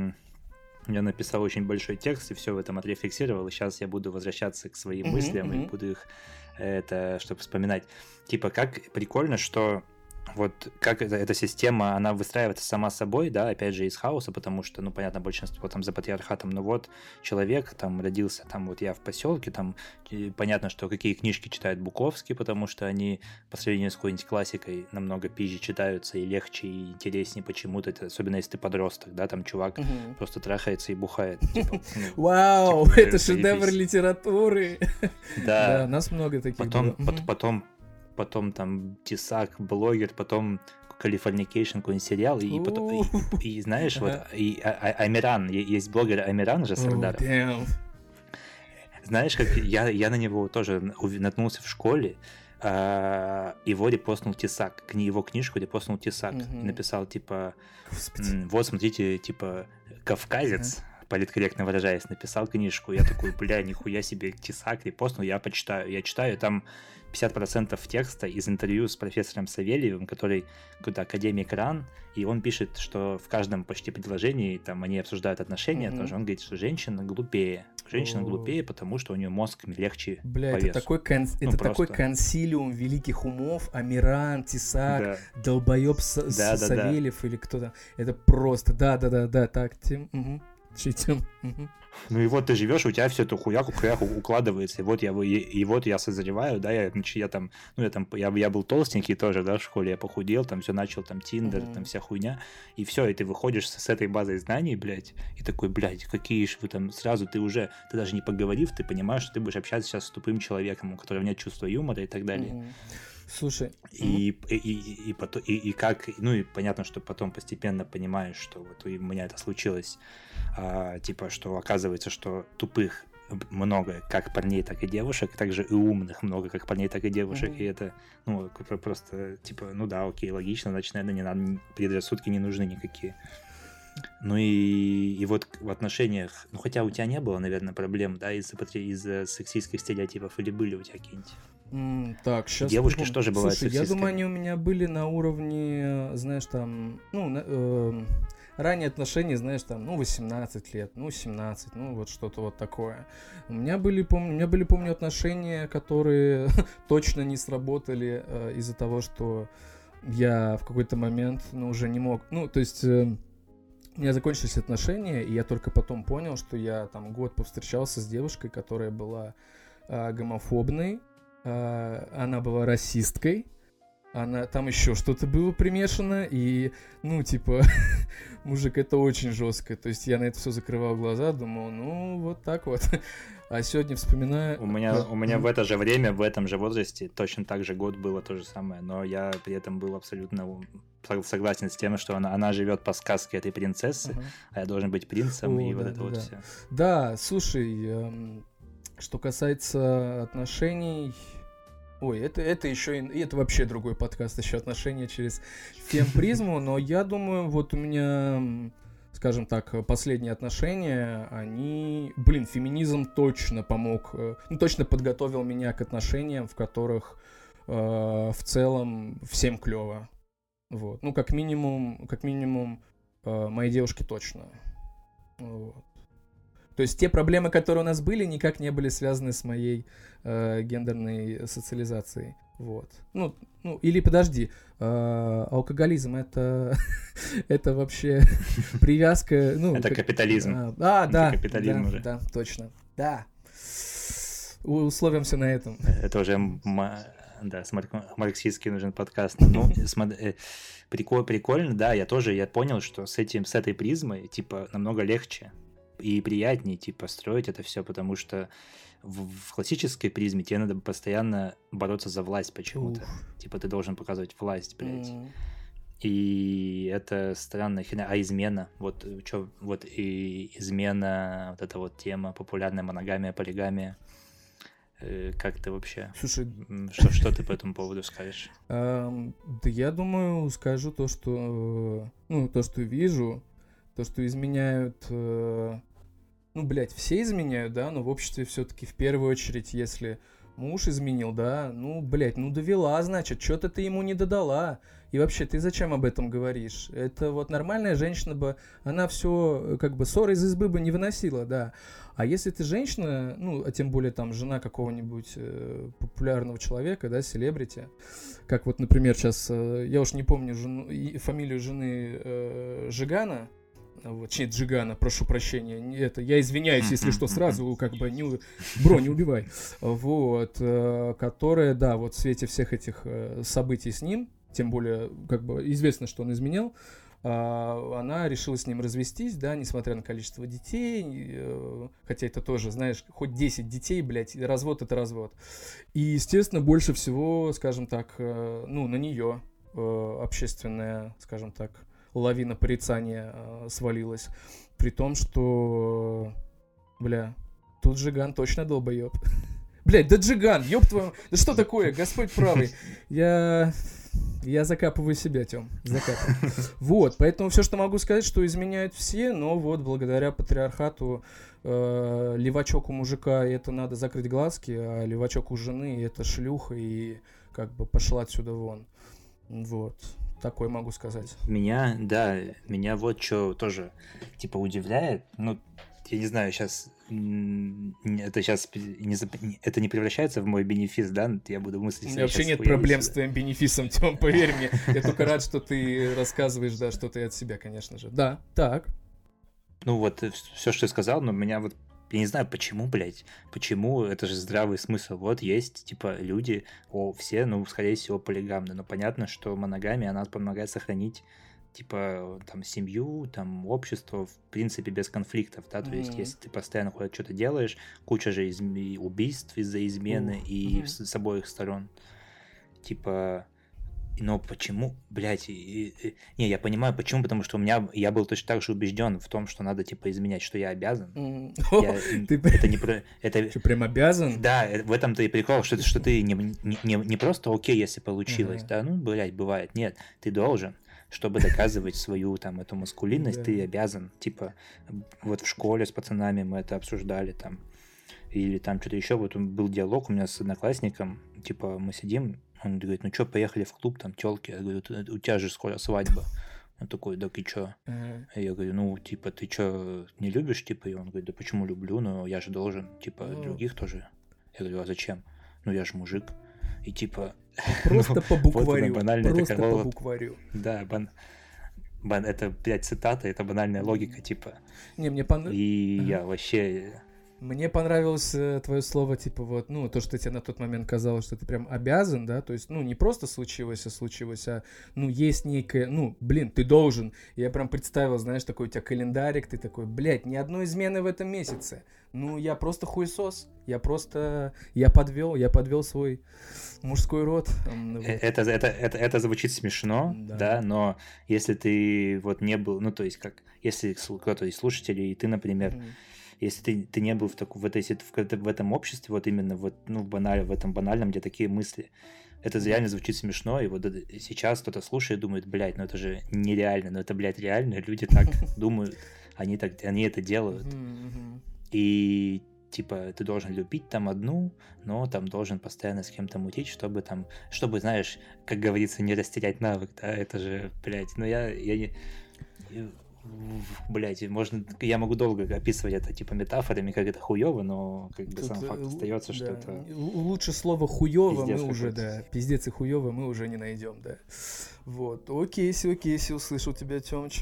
Speaker 1: я написал очень большой текст и все в этом отрефлексировал, и сейчас я буду возвращаться к своим uh-huh, мыслям uh-huh. и буду их, это, чтобы вспоминать. Типа, как прикольно, что вот как эта, эта система, она выстраивается сама собой, да, опять же, из хаоса, потому что, ну, понятно, большинство там за патриархатом, но вот человек там родился, там вот я в поселке, там понятно, что какие книжки читает Буковский, потому что они по сравнению с какой-нибудь классикой намного пизже читаются и легче, и интереснее почему-то, это, особенно если ты подросток, да, там чувак угу. просто трахается и бухает.
Speaker 2: Вау, это шедевр литературы. Да, нас много таких было.
Speaker 1: Потом потом там Тесак, блогер, потом Californication, какой-нибудь сериал, и потом, и, и знаешь, вот, и а, а, Амиран, есть блогер Амиран же, Сардаров. Oh, знаешь, как я, я на него тоже наткнулся в школе, а, его репостнул Тесак, его книжку репостнул Тесак, mm-hmm. и написал, типа, Господи. Вот, смотрите, типа, кавказец, политкорректно выражаясь, написал книжку. Я такой, бля, нихуя себе, тесак, репостнул, я почитаю. Я читаю, там пятьдесят процентов текста из интервью с профессором Савельевым, который какой-то академик РАН, и он пишет, что в каждом почти предложении там они обсуждают отношения, mm-hmm. тоже он говорит, что женщина глупее. Женщина oh. глупее, потому что у нее мозг легче
Speaker 2: Бля,
Speaker 1: по
Speaker 2: это,
Speaker 1: весу.
Speaker 2: Такой, кон...
Speaker 1: ну,
Speaker 2: это
Speaker 1: просто...
Speaker 2: такой консилиум великих умов, Амиран, Тесак, да. долбоеб С... да, С... да, Савельев да. или кто-то. Это просто, да-да-да-да, так, Тим, угу. Читим. Угу.
Speaker 1: Ну и вот ты живешь, у тебя все это хуяку хуяку укладывается, и вот я и, и вот я созреваю, да, я, я там, ну я там, я, я был толстенький тоже, да, в школе, я похудел, там все начал, там Тиндер, mm-hmm. там вся хуйня, и все, и ты выходишь с, с этой базой знаний, блядь, и такой, блядь, какие ж вы там, сразу ты уже, ты даже не поговорив, ты понимаешь, что ты будешь общаться сейчас с тупым человеком, у которого нет чувства юмора и так далее.
Speaker 2: Mm-hmm. Слушай,
Speaker 1: и, и, и, и, и, и, и как, ну и понятно, что потом постепенно понимаешь, что вот у меня это случилось, а, типа, что оказывается, что тупых много как парней, так и девушек, также и умных много как парней, так и девушек, mm-hmm. и это, ну, просто, типа, ну да, окей, логично, значит, наверное, не надо, предрассудки не нужны никакие. Ну и, и вот в отношениях, ну хотя у тебя не было, наверное, проблем, да, из-за, из-за сексистских стереотипов, или были у тебя какие-нибудь?
Speaker 2: Mm, так, сейчас
Speaker 1: девушки что же бывают
Speaker 2: сексистскими? Я думаю, они у меня были на уровне, знаешь, там, ну, на, э, ранние отношения, знаешь, там, ну, восемнадцать лет, ну, семнадцать, ну, вот что-то вот такое. У меня были, помню, у меня были, помню, отношения, которые точно не сработали э, из-за того, что я в какой-то момент, ну, уже не мог, ну, то есть... Э, У меня закончились отношения, и я только потом понял, что я там год повстречался с девушкой, которая была э, гомофобной, э, она была расисткой, она, там еще что-то было примешано, и, ну, типа, мужик, это очень жестко. То есть я на это все закрывал глаза, думал, ну, вот так вот. А сегодня вспоминаю...
Speaker 1: У меня, у меня в это же время, в этом же возрасте, точно так же год было то же самое, но я при этом был абсолютно согласен с тем, что она, она живет по сказке этой принцессы, uh-huh. а я должен быть принцем, О, и да, вот это да, вот
Speaker 2: да.
Speaker 1: все.
Speaker 2: Да, слушай, эм, что касается отношений... Ой, это, это еще и... Это вообще другой подкаст, еще отношения через фемпризму, но я думаю, вот у меня... Скажем так, последние отношения, они... Блин, феминизм точно помог, ну, точно подготовил меня к отношениям, в которых э, в целом всем клево. Вот. Ну, как минимум, как минимум, э, моей девушке точно. Вот. То есть те проблемы, которые у нас были, никак не были связаны с моей э, гендерной социализацией. Вот. Ну, ну, или подожди, э, алкоголизм это, это вообще привязка. Ну,
Speaker 1: это
Speaker 2: как...
Speaker 1: капитализм.
Speaker 2: А, а
Speaker 1: это
Speaker 2: да,
Speaker 1: капитализм
Speaker 2: да,
Speaker 1: уже.
Speaker 2: Да, точно. Да. Условимся на этом.
Speaker 1: Это уже, да, марксистский нужен подкаст. Ну, прикольно, прикольно, да, я тоже, я понял, что с этим, с этой призмой, типа, намного легче и приятнее, типа, строить это все, потому что в, в классической призме тебе надо постоянно бороться за власть почему-то. Ух. Типа, ты должен показывать власть, блядь. Mm. И это странная херня. А измена, вот, чё, вот и измена, вот эта вот тема, популярная моногамия, полигамия. Э, как ты вообще?
Speaker 2: Слушай,
Speaker 1: что, что ты по этому поводу скажешь?
Speaker 2: Да я думаю, скажу то, что, ну, то, что вижу, то, что изменяют... Ну, блядь, все изменяют, да, но в обществе все-таки в первую очередь, если муж изменил, да, ну, блядь, ну довела, значит, что-то ты ему не додала. И вообще, ты зачем об этом говоришь? Это вот нормальная женщина бы, она все, как бы, ссоры из избы бы не выносила, да. А если ты женщина, ну, а тем более там жена какого-нибудь э, популярного человека, да, селебрити, как вот, например, сейчас, э, я уж не помню жену, фамилию жены э, Жигана, вот, чей Джигана, прошу прощения, это, я извиняюсь, если что, сразу, как бы, не, бро, не убивай, вот, э, которая, да, вот в свете всех этих э, событий с ним, тем более, как бы, известно, что он изменял, э, она решила с ним развестись, да, несмотря на количество детей, э, хотя это тоже, знаешь, хоть десять детей, блядь, развод — это развод. И, естественно, больше всего, скажем так, э, ну, на нее э, общественная, скажем так, лавина порицания э, свалилась. При том, что... Бля, тут Джиган точно долбоеб. Блядь, да Джиган, ёб твою... Да что такое, Господь правый. Я... Я закапываю себя, Тём, закапываю. Вот, поэтому все, что могу сказать, что изменяют все, но вот благодаря патриархату э, левачок у мужика — это надо закрыть глазки, а левачок у жены — это шлюха, и как бы пошла отсюда вон. Вот, такое могу сказать.
Speaker 1: Меня, да, меня вот что тоже, типа, удивляет, ну, я не знаю, сейчас это сейчас не, это не превращается в мой бенефис, да? Я буду мыслить.
Speaker 2: У меня вообще нет проблем сюда с твоим бенефисом, Тём, поверь мне. Я только рад, что ты рассказываешь, да, что ты от себя, конечно же. Да, так.
Speaker 1: Ну вот, все, что ты сказал, но меня вот, я не знаю, почему, блядь, почему, это же здравый смысл. Вот есть, типа, люди, о, все, ну, скорее всего, полигамны, но понятно, что моногамия, она помогает сохранить, типа, там, семью, там, общество, в принципе, без конфликтов, да, то mm-hmm. есть, если ты постоянно куда-то что-то делаешь, куча же из- убийств из-за измены uh-huh. и mm-hmm. с, с обоих сторон, типа, но почему, блядь, и, и, не, я понимаю, почему, потому что у меня, я был точно так же убежден в том, что надо, типа, изменять, что я обязан.
Speaker 2: Mm.
Speaker 1: Я,
Speaker 2: oh, ты
Speaker 1: это не про... Это,
Speaker 2: что, прям обязан?
Speaker 1: Да, в этом-то и прикол, что, что ты не, не, не, не просто окей, если получилось, uh-huh. да, ну, блядь, бывает, нет, ты должен, чтобы доказывать свою, там, эту маскулинность, ты обязан, типа, вот в школе с пацанами мы это обсуждали, там, или там что-то еще, вот был диалог у меня с одноклассником, типа, мы сидим, он говорит, ну что, поехали в клуб, там, тёлки. Я говорю, у тебя же скоро свадьба. Он такой, да и чё? Uh-huh. Я говорю, ну, типа, ты чё, не любишь, типа? И он говорит, да почему люблю, но я же должен, типа, uh-huh. других тоже. Я говорю, а зачем? Ну, я же мужик. И, типа...
Speaker 2: Просто
Speaker 1: ну,
Speaker 2: по букварю,
Speaker 1: вот
Speaker 2: просто
Speaker 1: такого,
Speaker 2: по букварю.
Speaker 1: Да, бан... Бан... это, блядь, цитата, это банальная логика, типа.
Speaker 2: Не, мне понравилось.
Speaker 1: И uh-huh. я вообще...
Speaker 2: Мне понравилось э, твое слово, типа, вот, ну, то, что тебе на тот момент казалось, что ты прям обязан, да, то есть, ну, не просто случилось, а случилось, а, ну, есть некое, ну, блин, ты должен. Я прям представил, знаешь, такой у тебя календарик, ты такой, блядь, ни одной измены в этом месяце. Ну, я просто хуесос, я просто, я подвел, я подвел свой мужской род. Вот.
Speaker 1: Это, это, это, это звучит смешно, да. да, но если ты вот не был, ну, то есть, как, если кто-то из слушателей, и ты, например, mm-hmm. если ты, ты не был в, таку, в, этой, в, в этом обществе, вот именно вот, ну, в, баналь, в этом банальном, где такие мысли, это реально звучит смешно, и вот сейчас кто-то слушает и думает, блядь, ну это же нереально, ну это, блядь, реально, люди так думают, они, так, они это делают. И, типа, ты должен любить там одну, но там должен постоянно с кем-то мутить, чтобы там, чтобы, знаешь, как говорится, не растерять навык, да, это же, блядь, ну я, я не... Блять, можно, я могу долго описывать это типа метафорами, как это хуёво, но как бы
Speaker 2: тут,
Speaker 1: сам факт остается, да. что это.
Speaker 2: Лучше слово хуёво мы уже, да. Пиздец и хуёво мы уже не найдем, да. Вот. Окей, си, окей, си, услышал тебя, Тёмыч.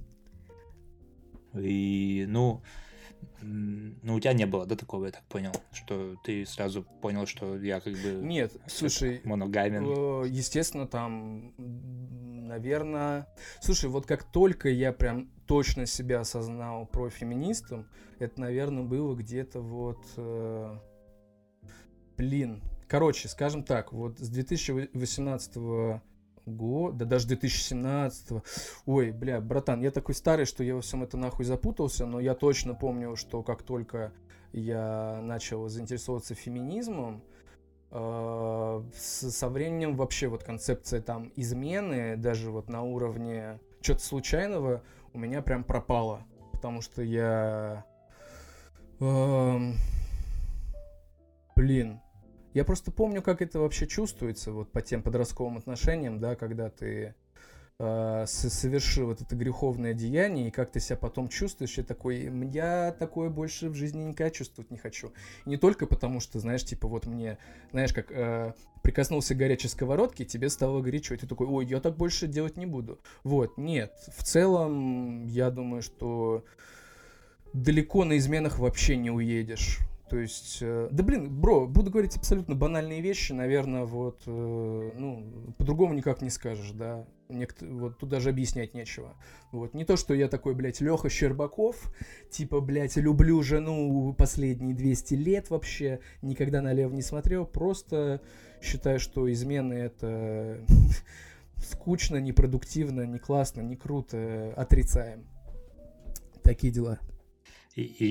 Speaker 1: И, ну, ну, у тебя не было, да, такого, я так понял, что ты сразу понял, что я как бы...
Speaker 2: Нет, слушай,
Speaker 1: моногамен.
Speaker 2: Естественно, там, наверное... Слушай, вот как только я прям точно себя осознал профеминистом, это, наверное, было где-то вот... Э... Блин. Короче, скажем так, вот с две тысячи восемнадцатого года, да даже две тысячи семнадцатого. Ой, бля, братан, я такой старый, что я во всем это нахуй запутался, но я точно помню, что как только я начал заинтересовываться феминизмом, э, с, со временем вообще вот концепция там измены, даже вот на уровне чего-то случайного, у меня прям пропала, потому что я... Э, блин... Я просто помню, как это вообще чувствуется вот по тем подростковым отношениям, да, когда ты э, совершил вот это греховное деяние, и как ты себя потом чувствуешь, я такой, я такое больше в жизни никогда чувствовать не хочу. И не только потому, что, знаешь, типа вот мне, знаешь, как э, прикоснулся к горячей сковородке, тебе стало горячо, и ты такой, ой, я так больше делать не буду. Вот, нет, в целом, я думаю, что далеко на изменах вообще не уедешь. То есть, э, да блин, бро, буду говорить абсолютно банальные вещи, наверное, вот, э, ну, по-другому никак не скажешь, да, Некто, вот тут даже объяснять нечего. Вот, не то, что я такой, блядь, Леха Щербаков, типа, блядь, люблю жену последние двести лет вообще, никогда налево не смотрел, просто считаю, что измены это скучно, непродуктивно, не классно, не круто, отрицаем. Такие дела.
Speaker 1: И, и,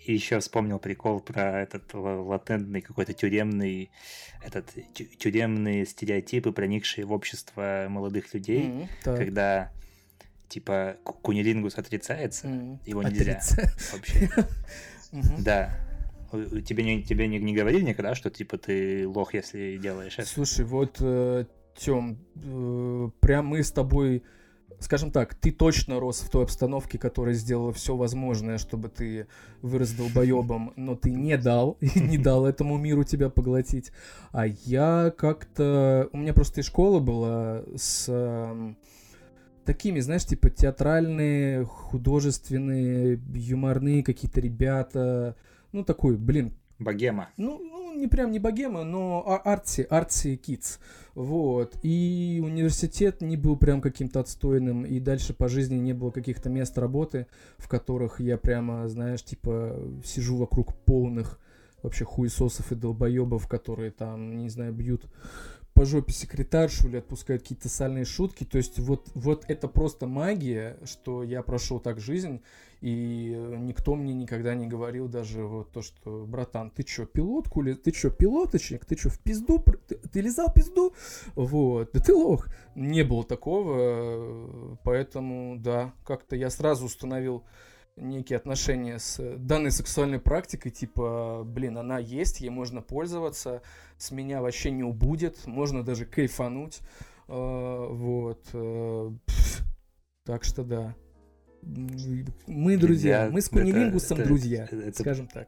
Speaker 1: и еще вспомнил прикол про этот латентный какой-то тюремный, этот тюремные стереотипы, проникшие в общество молодых людей, mm-hmm, когда типа кунилингус отрицается, mm-hmm. его нельзя вообще. Да. Тебе не, тебе не, не говорили никогда, что типа ты лох, если делаешь это?
Speaker 2: Слушай, вот, э, Тём, э, прям мы с тобой, скажем так, ты точно рос в той обстановке, которая сделала все возможное, чтобы ты вырос долбоебом, но ты не дал, и не дал этому миру тебя поглотить. А я как-то... У меня просто и школа была с... Э, такими, знаешь, типа театральные, художественные, юморные какие-то ребята... Ну, такой, блин...
Speaker 1: Богема.
Speaker 2: Ну, ну, не прям не богема, но артси, артси кидс. Вот. И университет не был прям каким-то отстойным, и дальше по жизни не было каких-то мест работы, в которых я прямо, знаешь, типа сижу вокруг полных вообще хуесосов и долбоебов, которые там, не знаю, бьют по жопе секретаршу или отпускают какие-то сальные шутки. То есть вот, вот это просто магия, что я прошел так жизнь, и никто мне никогда не говорил даже вот то, что, братан, ты чё, пилот, кули, ты чё, пилоточник, ты чё, в пизду, ты, ты лизал пизду? Вот, да ты лох. Не было такого, поэтому, да, как-то я сразу установил некие отношения с данной сексуальной практикой, типа, блин, она есть, ей можно пользоваться, с меня вообще не убудет, можно даже кайфануть, вот, так что да. Мы друзья, мы с кунилингусом это, друзья, это, это, скажем так.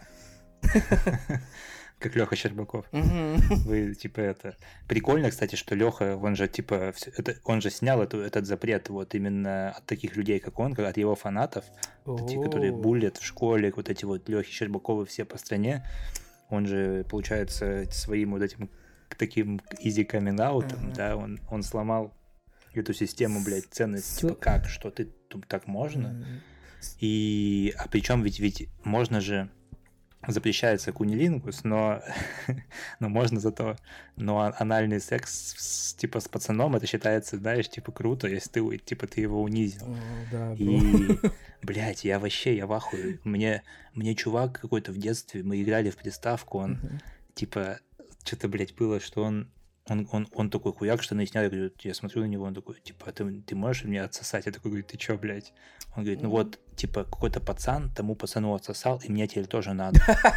Speaker 1: Как Леха Щербаков. Вы, типа, это... Прикольно, кстати, что Леха, он же, типа, это, он же снял эту, этот запрет вот именно от таких людей, как он, от его фанатов, те, которые буллят в школе, вот эти вот Лехи Щербаковы все по стране. Он же, получается, своим вот этим таким easy coming out, uh-huh. да, он, он сломал эту систему, блядь, ценностей, С... типа, как, что ты, так можно? Uh-huh. И, а причем ведь, ведь можно же, запрещается кунилингус, но, но можно зато, но анальный секс, с, типа, с пацаном, это считается, знаешь, типа, круто, если ты, типа, ты его унизил.
Speaker 2: Oh, да,
Speaker 1: и, блядь, я вообще, я в ахуе. Мне, мне чувак какой-то в детстве, мы играли в приставку, он, uh-huh. типа, что-то, блядь, было, что он Он, он, он такой хуяк, что снял, я говорю, я смотрю на него, он такой, типа, ты, ты можешь мне отсосать? Я такой говорю, ты чё, блядь? Он говорит, ну mm-hmm. вот, типа, какой-то пацан тому пацану отсосал, и мне теперь тоже надо.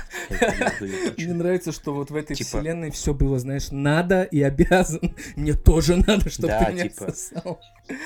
Speaker 2: Мне нравится, что вот в этой вселенной все было, знаешь, надо и обязан. Мне тоже надо, чтобы ты меня отсосал.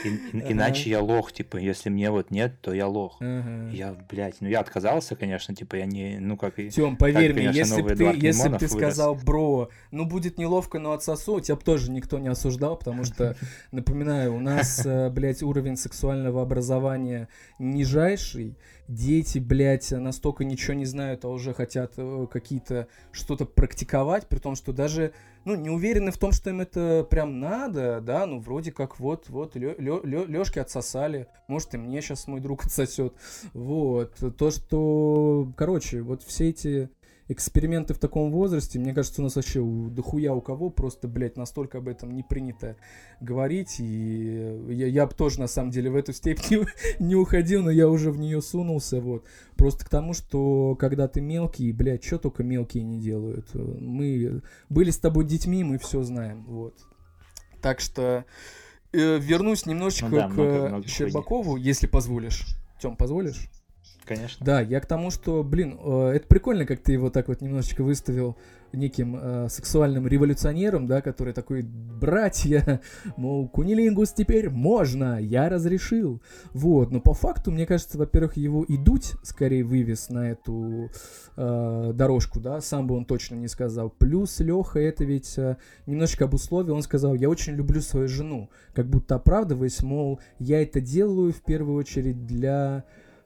Speaker 1: Иначе я лох, типа, если мне вот нет, то я лох. Я, блядь, ну я отказался, конечно, типа, я не, ну как и...
Speaker 2: Тём, поверь мне, если бы ты, если бы ты сказал, бро, ну будет неловко, но отсосу, тебя бы тоже никто не осуждал, потому что, напоминаю, у нас, блядь, уровень сексуального образования нижайший, дети, блядь, настолько ничего не знают, а уже хотят какие-то что-то практиковать, при том, что даже, ну, не уверены в том, что им это прям надо, да, ну, вроде как вот, вот, Лёшки отсосали, может, и мне сейчас мой друг отсосет, вот, то, что, короче, вот все эти эксперименты в таком возрасте, мне кажется, у нас вообще у, дохуя у кого просто, блядь, настолько об этом не принято говорить, и я, я бы тоже, на самом деле, в эту степь не, не уходил, но я уже в нее сунулся, вот. Просто к тому, что когда ты мелкий, блядь, что только мелкие не делают. Мы были с тобой детьми, мы все знаем, вот. Так что э, вернусь немножечко ну, да, к много, много Щербакову, хуйни. Если позволишь. Тём, позволишь?
Speaker 1: Конечно.
Speaker 2: Да, я к тому, что, блин, э, это прикольно, как ты его так вот немножечко выставил неким э, сексуальным революционером, да, который такой, братья, мол, кунилингус теперь можно, я разрешил. Вот, но по факту, мне кажется, во-первых, его и Дудь скорее вывез на эту э, дорожку, да, сам бы он точно не сказал. Плюс Леха это ведь э, немножечко обусловил, он сказал, я очень люблю свою жену, как будто оправдываясь, мол, я это делаю в первую очередь для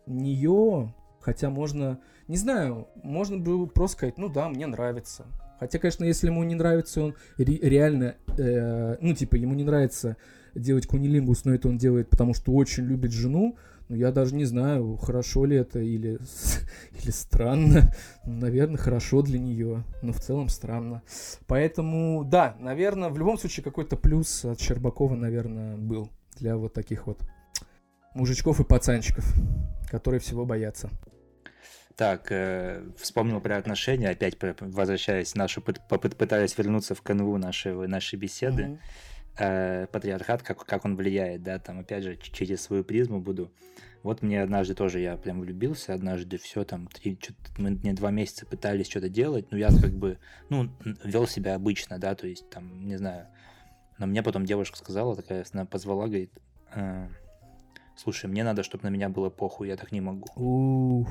Speaker 2: нее, хотя можно, не знаю, можно было просто сказать, ну да, мне нравится. Хотя, конечно, если ему не нравится, он ре- реально, э, ну типа, ему не нравится делать кунилингус, но это он делает, потому что очень любит жену, ну я даже не знаю, хорошо ли это или, или странно. Наверное, хорошо для нее, но в целом странно. Поэтому, да, наверное, в любом случае какой-то плюс от Щербакова, наверное, был для вот таких вот мужичков и пацанчиков, которые всего боятся.
Speaker 1: Так, э, вспомнил про отношения, опять про- возвращаясь, нашу, пыт- попыт- пытаясь вернуться в канву нашей, нашей беседы.
Speaker 2: Мгм.
Speaker 1: Э, патриархат, как, как он влияет, да, там, опять же, ч- через свою призму буду. Вот мне однажды тоже, я прям влюбился, однажды все там, три, чё-то мы не два месяца пытались что-то делать, но я как бы, ну, вел себя обычно, да, то есть там, не знаю, но мне потом девушка сказала, такая, она позвала, говорит, «Э, слушай, мне надо, чтобы на меня было похуй, я так не могу».
Speaker 2: Ух.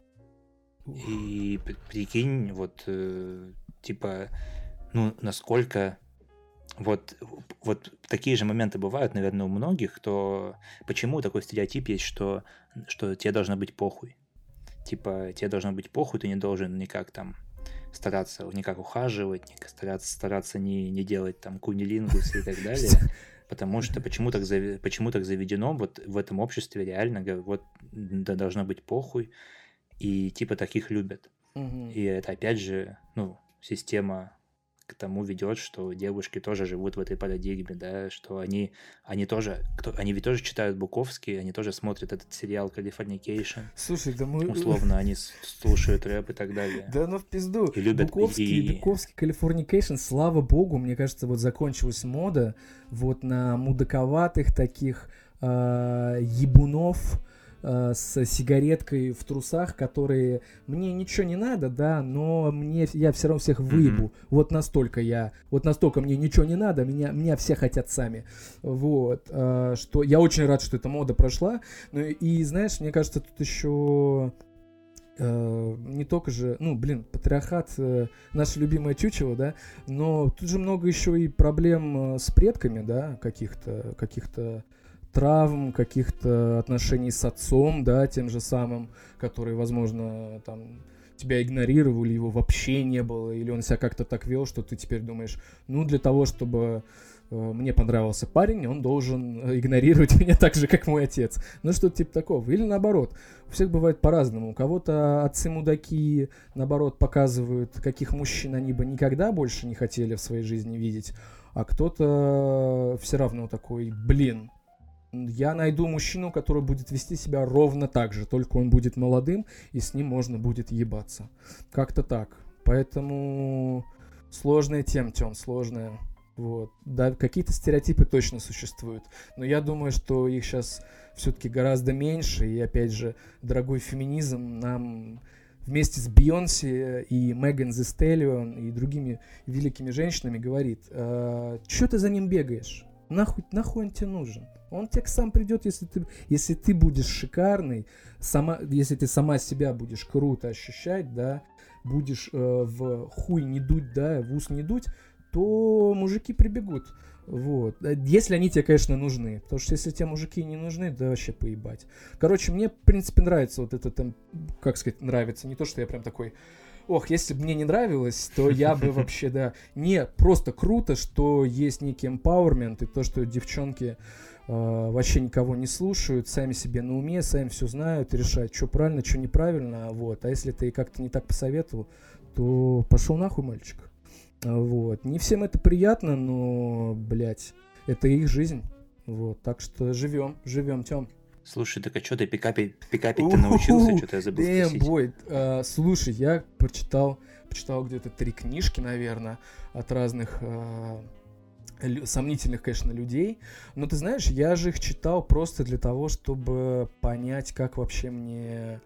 Speaker 2: Ух.
Speaker 1: И при- прикинь, вот, э, типа, ну, насколько вот, вот такие же моменты бывают, наверное, у многих, кто... Почему такой стереотип есть, что, что тебе должно быть похуй? Типа, тебе должно быть похуй, ты не должен никак там стараться, никак ухаживать, никак стараться, стараться не, не делать там кунилингус и так далее. Потому что почему так, зави- почему так заведено вот в этом обществе реально, га- вот да, должно быть похуй, и типа таких любят.
Speaker 2: Мгм.
Speaker 1: И это опять же, ну, система к тому ведет, что девушки тоже живут в этой парадигме, да, что они, они тоже, кто, они ведь тоже читают Буковский, они тоже смотрят этот сериал Californication,
Speaker 2: Слушай, да мы...
Speaker 1: условно, они с- слушают рэп и так далее.
Speaker 2: Да ну в пизду.
Speaker 1: И любят,
Speaker 2: Буковский,
Speaker 1: и,
Speaker 2: Буковский, Californication, слава богу, мне кажется, вот закончилась мода вот на мудаковатых таких а, ебунов а, с сигареткой в трусах, которые мне ничего не надо, да, но мне я все равно всех выебу.
Speaker 1: Мгм.
Speaker 2: Вот настолько я, вот настолько мне ничего не надо, меня, меня все хотят сами. Вот, а, что я очень рад, что эта мода прошла. Ну и знаешь, мне кажется, тут еще э, не только же, ну, блин, патриархат, э, наше любимое чучело, да, но тут же много еще и проблем э, с предками, да, каких-то, каких-то травм, каких-то отношений с отцом, да, тем же самым, который, возможно, там тебя игнорировал, или его вообще не было, или он себя как-то так вел, что ты теперь думаешь, ну, для того, чтобы э, мне понравился парень, он должен э, игнорировать меня так же, как мой отец. Ну, что-то типа такого. Или наоборот. У всех бывает по-разному. У кого-то отцы-мудаки, наоборот, показывают, каких мужчин они бы никогда больше не хотели в своей жизни видеть, а кто-то все равно такой, блин, я найду мужчину, который будет вести себя ровно так же, только он будет молодым, и с ним можно будет ебаться. Как-то так. Поэтому сложная тема, Тём, сложная. Вот. Да, какие-то стереотипы точно существуют. Но я думаю, что их сейчас все-таки гораздо меньше. И опять же, дорогой феминизм нам вместе с Бейонсе и Меган Thee Stallion и другими великими женщинами говорит, э, что ты за ним бегаешь? Нахуй, нахуй он тебе нужен? Он тебе сам придет, если ты, если ты будешь шикарный, сама, если ты сама себя будешь круто ощущать, да, будешь э, в хуй не дуть, да, в ус не дуть, то мужики прибегут. Вот. Если они тебе, конечно, нужны. Потому что если тебе мужики не нужны, да вообще поебать. Короче, мне, в принципе, нравится вот это там, как сказать, нравится. Не то, что я прям такой... Ох, если бы мне не нравилось, то я бы вообще, да... Не, просто круто, что есть некий empowerment, и то, что девчонки э, вообще никого не слушают, сами себе на уме, сами все знают, решают, что правильно, что неправильно, вот. А если ты как-то не так посоветовал, то пошел нахуй, мальчик. Вот. Не всем это приятно, но, блядь, это их жизнь. Вот. Так что живем, живем, Тём.
Speaker 1: Слушай, так а что ты пикапить, пикапить-то научился? Что-то я забыл
Speaker 2: Damn,
Speaker 1: спросить.
Speaker 2: boy. Uh, слушай, я прочитал, прочитал где-то три книжки, наверное, от разных uh, лю- сомнительных, конечно, людей. Но ты знаешь, я же их читал просто для того, чтобы понять, как вообще мне...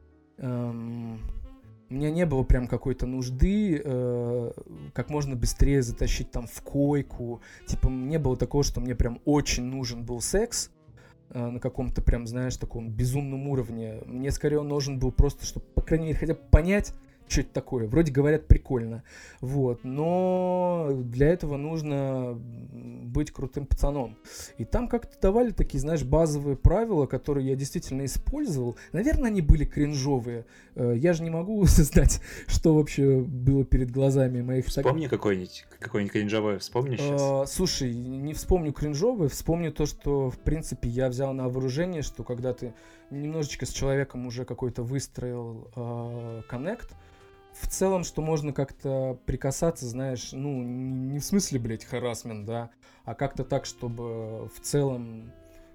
Speaker 2: Um, у меня не было прям какой-то нужды э, как можно быстрее затащить там в койку. Типа, не было такого, что мне прям очень нужен был секс э, на каком-то прям, знаешь, таком безумном уровне. Мне скорее он нужен был просто, чтобы, по крайней мере, хотя бы понять, что это такое. Вроде говорят прикольно. Вот. Но для этого нужно быть крутым пацаном. И там как-то давали такие, знаешь, базовые правила, которые я действительно использовал. Наверное, они были кринжовые. Я же не могу знать, что вообще было перед глазами моих...
Speaker 1: Вспомни какой-нибудь, какой-нибудь кринжовой, вспомни сейчас.
Speaker 2: Слушай, не вспомню кринжовый, вспомню то, что, в принципе, я взял на вооружение, что когда ты немножечко с человеком уже какой-то выстроил коннект, в целом, что можно как-то прикасаться, знаешь, ну, не в смысле, блядь, харассмент, да, а как-то так, чтобы в целом,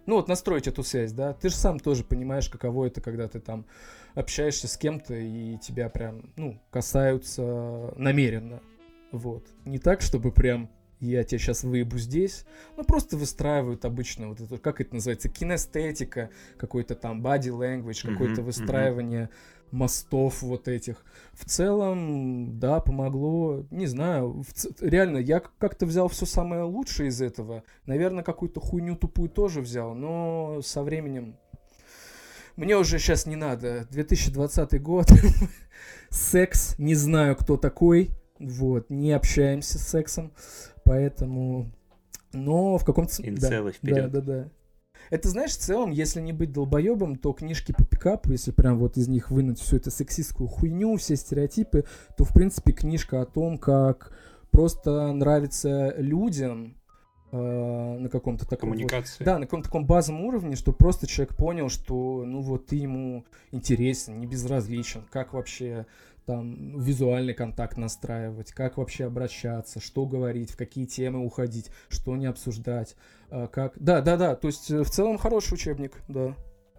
Speaker 2: Ну вот настроить эту связь, да, ты же сам тоже понимаешь, каково это, когда ты там общаешься с кем-то, и тебя прям, ну, касаются намеренно, вот. Не так, чтобы прям я тебя сейчас выебу здесь, ну, просто выстраивают обычно вот это, как это называется, кинестетика, какой-то там body language, какое-то
Speaker 1: Мгм,
Speaker 2: выстраивание мостов вот этих. В целом, да, помогло, не знаю, в ц- реально, я к- как-то взял все самое лучшее из этого, наверное, какую-то хуйню тупую тоже взял, но со временем мне уже сейчас не надо. две тысячи двадцатый год, секс, не знаю, кто такой, вот, не общаемся с сексом, поэтому, но в каком-то... с- Да,
Speaker 1: Инцелы
Speaker 2: да,
Speaker 1: вперед.
Speaker 2: да, да. Это, знаешь, в целом, если не быть долбоебом, то книжки по пикапу, если прям вот из них вынуть всю эту сексистскую хуйню, все стереотипы, то, в принципе, книжка о том, как просто нравится людям э, на каком-то таком вот...
Speaker 1: Коммуникации.
Speaker 2: Да, на каком-то таком базовом уровне, что просто человек понял, что, ну вот, ты ему интересен, не безразличен, как вообще там визуальный контакт настраивать, как вообще обращаться, что говорить, в какие темы уходить, что не обсуждать, а, как... Да, да, да, то есть э, в целом хороший учебник, да.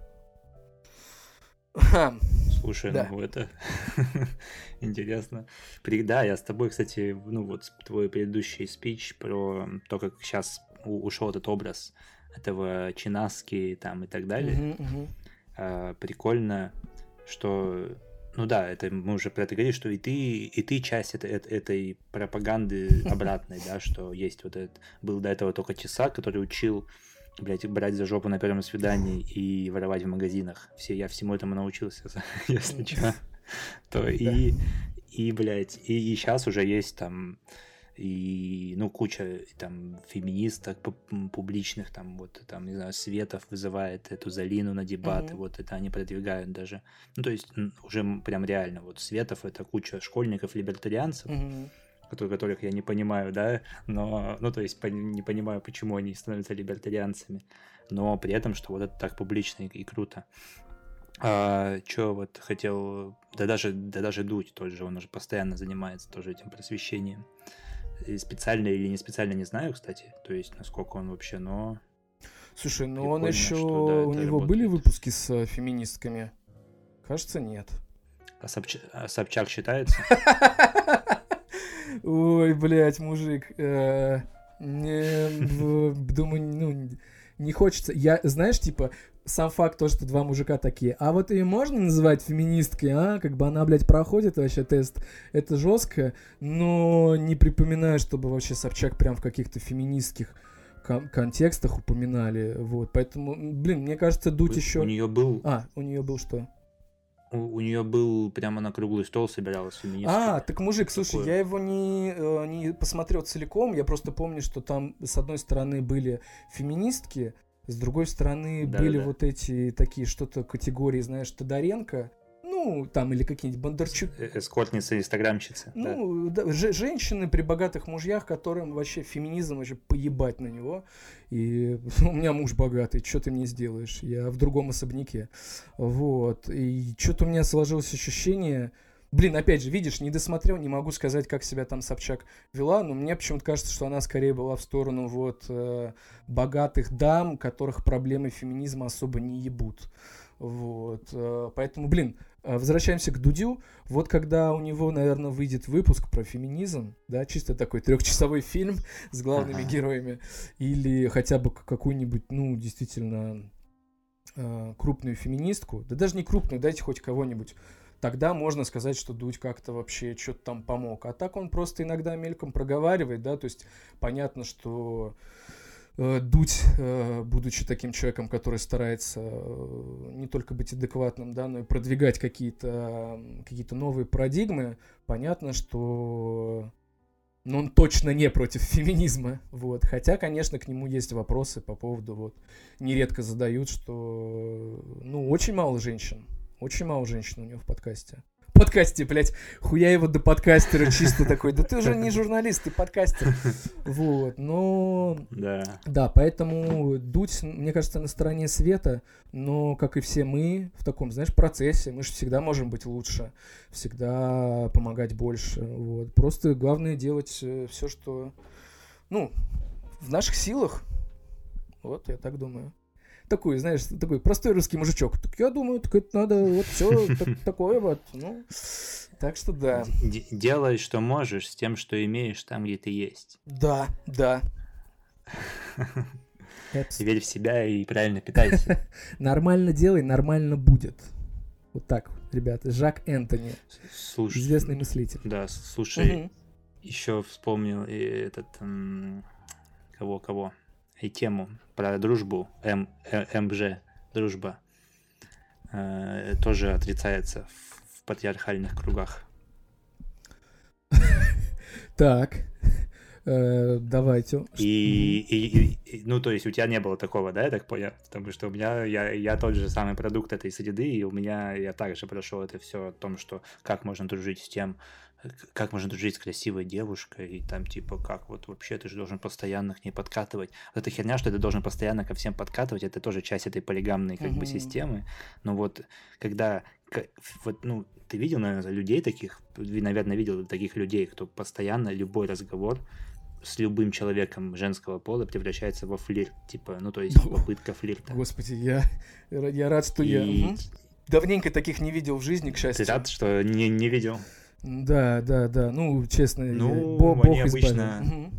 Speaker 2: Ха,
Speaker 1: Слушай,
Speaker 2: да.
Speaker 1: ну это интересно. При- Да, я с тобой, кстати, ну вот с- твой предыдущий спич про то, как сейчас ушел этот образ этого Чинаски там и так далее.
Speaker 2: Мгм, мгм.
Speaker 1: А, прикольно, что, ну да, это мы уже про это говорили, что и ты, и ты часть это- это- этой пропаганды обратной, да, что есть вот этот, был до этого только Тесак, который учил, блядь, брать за жопу на первом свидании и воровать в магазинах. Все, я всему этому научился, если что. То
Speaker 2: Да.
Speaker 1: и, и, блядь, и, и сейчас уже есть там и, ну, куча там феминисток пу- м, публичных, там, вот, там, не знаю, Светов вызывает эту Залину на дебаты,
Speaker 2: Мгм.
Speaker 1: вот это они продвигают даже. Ну, то есть м, уже м, прям реально, вот Светов — это куча школьников-либертарианцев,
Speaker 2: Мгм.
Speaker 1: которые, которых я не понимаю, да, но, ну, то есть пон- не понимаю, почему они становятся либертарианцами, но при этом, что вот это так публично и, и круто. А, чё вот хотел, да даже, да даже Дудь тот же, он уже постоянно занимается тоже этим просвещением. И специально или не специально, не знаю, кстати, то есть насколько он вообще, но
Speaker 2: Слушай, ну он
Speaker 1: прикольно,
Speaker 2: еще...
Speaker 1: что да,
Speaker 2: У
Speaker 1: это
Speaker 2: него были
Speaker 1: работает.
Speaker 2: выпуски с э, феминистками? Кажется, нет.
Speaker 1: А, Собч- а Собчак считается?
Speaker 2: Ой, блядь, мужик. э, не, в- Думаю, ну, не хочется. Я, знаешь, типа, сам факт то, что два мужика такие. А вот ее можно называть феминисткой, а? Как бы она, блядь, проходит вообще тест. Это жестко, но не припоминаю, чтобы вообще Собчак прям в каких-то феминистских кон- контекстах упоминали. Вот, поэтому, м, блин, мне кажется, Дудь
Speaker 1: У, у
Speaker 2: еще...
Speaker 1: нее был,
Speaker 2: А, у нее был что?
Speaker 1: у, у нее был прямо на круглый стол собиралась с
Speaker 2: А,
Speaker 1: феминистками.
Speaker 2: так, мужик, слушай,
Speaker 1: Такое.
Speaker 2: я его не, э, не посмотрел целиком, я просто помню, что там с одной стороны были феминистки, с другой стороны были
Speaker 1: Да-да-да.
Speaker 2: вот эти такие что-то категории, знаешь, Тодоренко, ну, там, или какие-нибудь Бондарчук.
Speaker 1: Э- Эскортница, инстаграмщица, да.
Speaker 2: Ну, да, же- женщины при богатых мужьях, которым вообще феминизм вообще поебать на него. И у меня муж богатый, что ты мне сделаешь? Я в другом особняке. Вот. И что-то у меня сложилось ощущение... Блин, опять же, видишь, не досмотрел, не могу сказать, как себя там Собчак вела, но мне почему-то кажется, что она скорее была в сторону вот э, богатых дам, которых проблемы феминизма особо не ебут. Вот. э, Поэтому, блин, э, возвращаемся к Дудю. Вот когда у него, наверное, выйдет выпуск про феминизм, да, чисто такой трехчасовой фильм с главными
Speaker 1: Ага.
Speaker 2: героями, или хотя бы к- какую-нибудь, ну, действительно э, крупную феминистку, да даже не крупную, дайте хоть кого-нибудь, тогда можно сказать, что Дудь как-то вообще что-то там помог. А так он просто иногда мельком проговаривает, да, то есть понятно, что э, Дудь, э, будучи таким человеком, который старается э, не только быть адекватным, да, но и продвигать какие-то м, какие-то новые парадигмы, понятно, что ну, он точно не против феминизма, вот. Хотя, конечно, к нему есть вопросы по поводу, вот, нередко задают, что, ну, очень мало женщин, очень мало женщин у него в подкасте. В подкасте, блядь, хуя его до подкастера чисто такой, да ты уже не журналист, ты подкастер. Вот, но...
Speaker 1: Да.
Speaker 2: Да, поэтому Дудь, мне кажется, на стороне света, но, как и все мы, в таком, знаешь, процессе, мы же всегда можем быть лучше, всегда помогать больше, вот. Просто главное делать все, что, ну, в наших силах, вот, я так думаю. такой, знаешь, такой простой русский мужичок. Так я думаю, так это надо вот все такое вот, ну, так что да.
Speaker 1: Д- делай, что можешь, с тем, что имеешь там, где ты есть.
Speaker 2: Да, да.
Speaker 1: Верь в себя и правильно питайся.
Speaker 2: Нормально делай, нормально будет. Вот так, ребята. Жак Энтони,
Speaker 1: Слушай,
Speaker 2: известный мыслитель.
Speaker 1: Да, слушай,
Speaker 2: Угу.
Speaker 1: еще вспомнил и этот м, кого кого и тему про дружбу М, э, МЖ дружба э, тоже отрицается в, в патриархальных кругах.
Speaker 2: Так, э, давайте.
Speaker 1: И, и, и, и, ну, то есть у тебя не было такого, да, я так понял? Потому что у меня, я, я тот же самый продукт этой среды, и у меня, я также прошел это все о том, что как можно дружить с тем, как можно дружить с красивой девушкой, и там, типа, как вот вообще ты же должен постоянно к ней подкатывать. Вот эта херня, что ты должен постоянно ко всем подкатывать, это тоже часть этой полигамной, как бы,
Speaker 2: Мгм.
Speaker 1: системы. Но вот, когда, к- вот, ну, ты видел, наверное, людей таких, вы, наверное, видел таких людей, кто постоянно любой разговор с любым человеком женского пола превращается во флирт, типа, ну, то есть
Speaker 2: Ну,
Speaker 1: попытка флирта.
Speaker 2: Господи, я, я рад, что я...
Speaker 1: И
Speaker 2: Мгм. Давненько таких не видел в жизни, к
Speaker 1: ты
Speaker 2: счастью.
Speaker 1: рад, что не, не видел?
Speaker 2: Да, да, да. Ну, честно, я-
Speaker 1: Ну,
Speaker 2: бо-
Speaker 1: они
Speaker 2: Бог избавил.
Speaker 1: обычно-
Speaker 2: Мгм.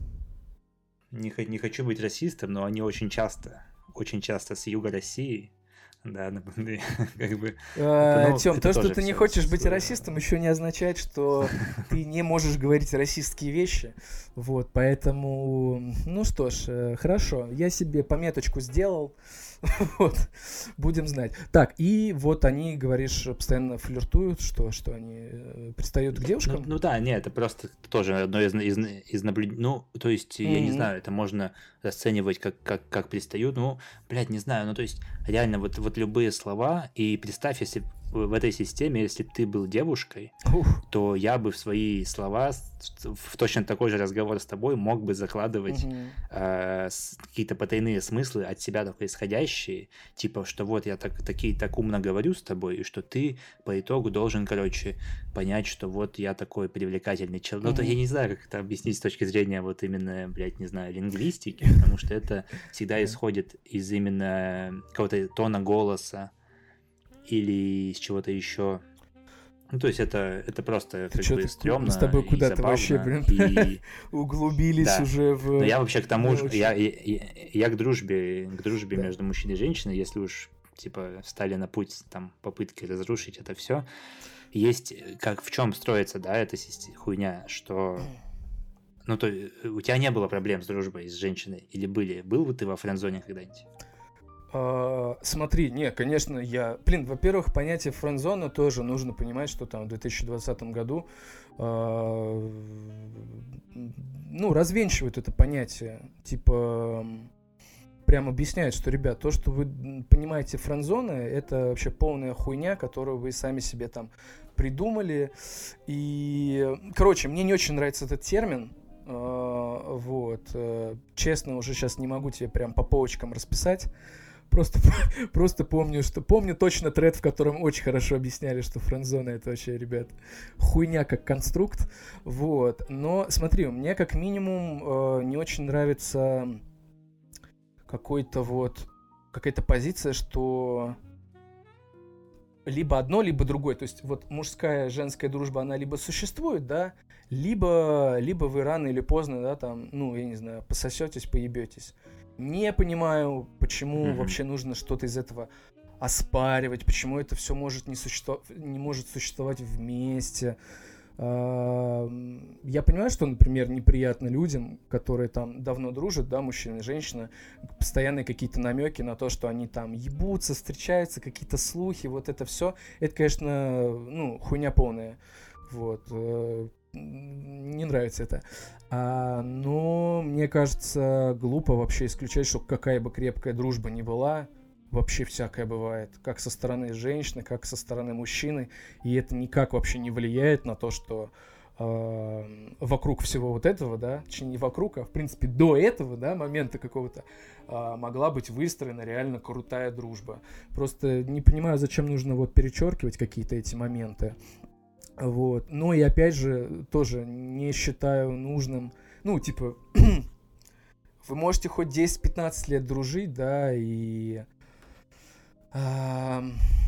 Speaker 1: Не, хо- не хочу быть расистом, но они очень часто, очень часто с юга России, да, на- как бы...
Speaker 2: А,
Speaker 1: ну,
Speaker 2: Тём,
Speaker 1: это
Speaker 2: то, что
Speaker 1: тоже
Speaker 2: ты не
Speaker 1: всё
Speaker 2: хочешь
Speaker 1: с-
Speaker 2: быть расистом, еще не означает, что ты не можешь говорить расистские вещи. Вот, поэтому, ну что ж, э, хорошо, я себе пометочку сделал. Вот, будем знать. Так, и вот они, говоришь, постоянно флиртуют, что, что они э, пристают к
Speaker 1: Ну,
Speaker 2: девушкам?
Speaker 1: ну да, нет, это просто тоже одно из, из, из наблюдений. Ну, то есть, я не
Speaker 2: Мгм.
Speaker 1: знаю, это можно расценивать как, как, как пристают. Ну, блядь, не знаю. Ну, то есть, реально, вот, вот любые слова. И представь, если в в этой системе, если бы ты был девушкой,
Speaker 2: Ух,
Speaker 1: то я бы в свои слова, с- в точно такой же разговор с тобой мог бы закладывать
Speaker 2: мгм.
Speaker 1: э, с- какие-то потайные смыслы от себя только исходящие, типа, что вот я так, такие, так умно говорю с тобой, и что ты по итогу должен, короче, понять, что вот я такой привлекательный человек. Ну, то я
Speaker 2: Мгм.
Speaker 1: не знаю, как это объяснить с точки зрения вот именно, блядь, не знаю, лингвистики, потому что это всегда
Speaker 2: Да.
Speaker 1: исходит из именно какого-то тона голоса или из чего-то еще. Ну, то есть это, это просто
Speaker 2: Ты
Speaker 1: как
Speaker 2: чё,
Speaker 1: бы
Speaker 2: ты ку-
Speaker 1: стрёмно
Speaker 2: мы с тобой
Speaker 1: и
Speaker 2: куда-то
Speaker 1: забавно,
Speaker 2: вообще, блин,
Speaker 1: и...
Speaker 2: углубились
Speaker 1: Да.
Speaker 2: уже в...
Speaker 1: Но я вообще к тому же,
Speaker 2: мелочи.
Speaker 1: я, я, я- я к дружбе, к дружбе
Speaker 2: Да.
Speaker 1: между мужчиной и женщиной, если уж типа встали на путь там попытки разрушить это все, есть э, как в чем строится, да, эта система хуйня, что ну то э, у тебя не было проблем с дружбой с женщиной или были? Был бы ты во френдзоне когда-нибудь?
Speaker 2: А, смотри, не, конечно, я... Блин, во-первых, понятие френдзона тоже нужно понимать, что там в две тысячи двадцатом году а, ну, развенчивают это понятие. Типа, прям объясняют, что, ребят, то, что вы понимаете френдзоны, это вообще полная хуйня, которую вы сами себе там придумали. И, короче, мне не очень нравится этот термин. А, вот. э, Честно, уже сейчас не могу тебе прям по полочкам расписать. Просто, просто помню, что помню точно тред, в котором очень хорошо объясняли, что френдзона это вообще, ребят, хуйня как конструкт. Вот. Но смотри, мне как минимум э, не очень нравится какой-то вот какая-то позиция, что либо одно, либо другое. То есть вот мужская, женская дружба, она либо существует, да, либо, либо вы рано или поздно, да, там, ну, я не знаю, пососетесь, поебетесь. Не понимаю, почему
Speaker 1: Мгм.
Speaker 2: вообще нужно что-то из этого оспаривать, почему это все может не, существовать, не может существовать вместе. А, м, Я понимаю, что, например, неприятно людям, которые там давно дружат, да, мужчина и женщина, постоянные какие-то намеки на то, что они там ебутся, встречаются, какие-то слухи, вот это все. Это, конечно, ну, хуйня полная. Вот. э, м, Не нравится это. А, но мне кажется, глупо вообще исключать, что какая бы крепкая дружба ни была, вообще всякое бывает. Как со стороны женщины, как со стороны мужчины. И это никак вообще не влияет на то, что э, вокруг всего вот этого, да, точнее не вокруг, а в принципе до этого, да, момента какого-то э, могла быть выстроена реально крутая дружба. Просто не понимаю, зачем нужно вот перечеркивать какие-то эти моменты. Вот. Ну и опять же, тоже не считаю нужным, ну, типа, вы можете хоть десять-пятнадцать лет дружить, да, и А,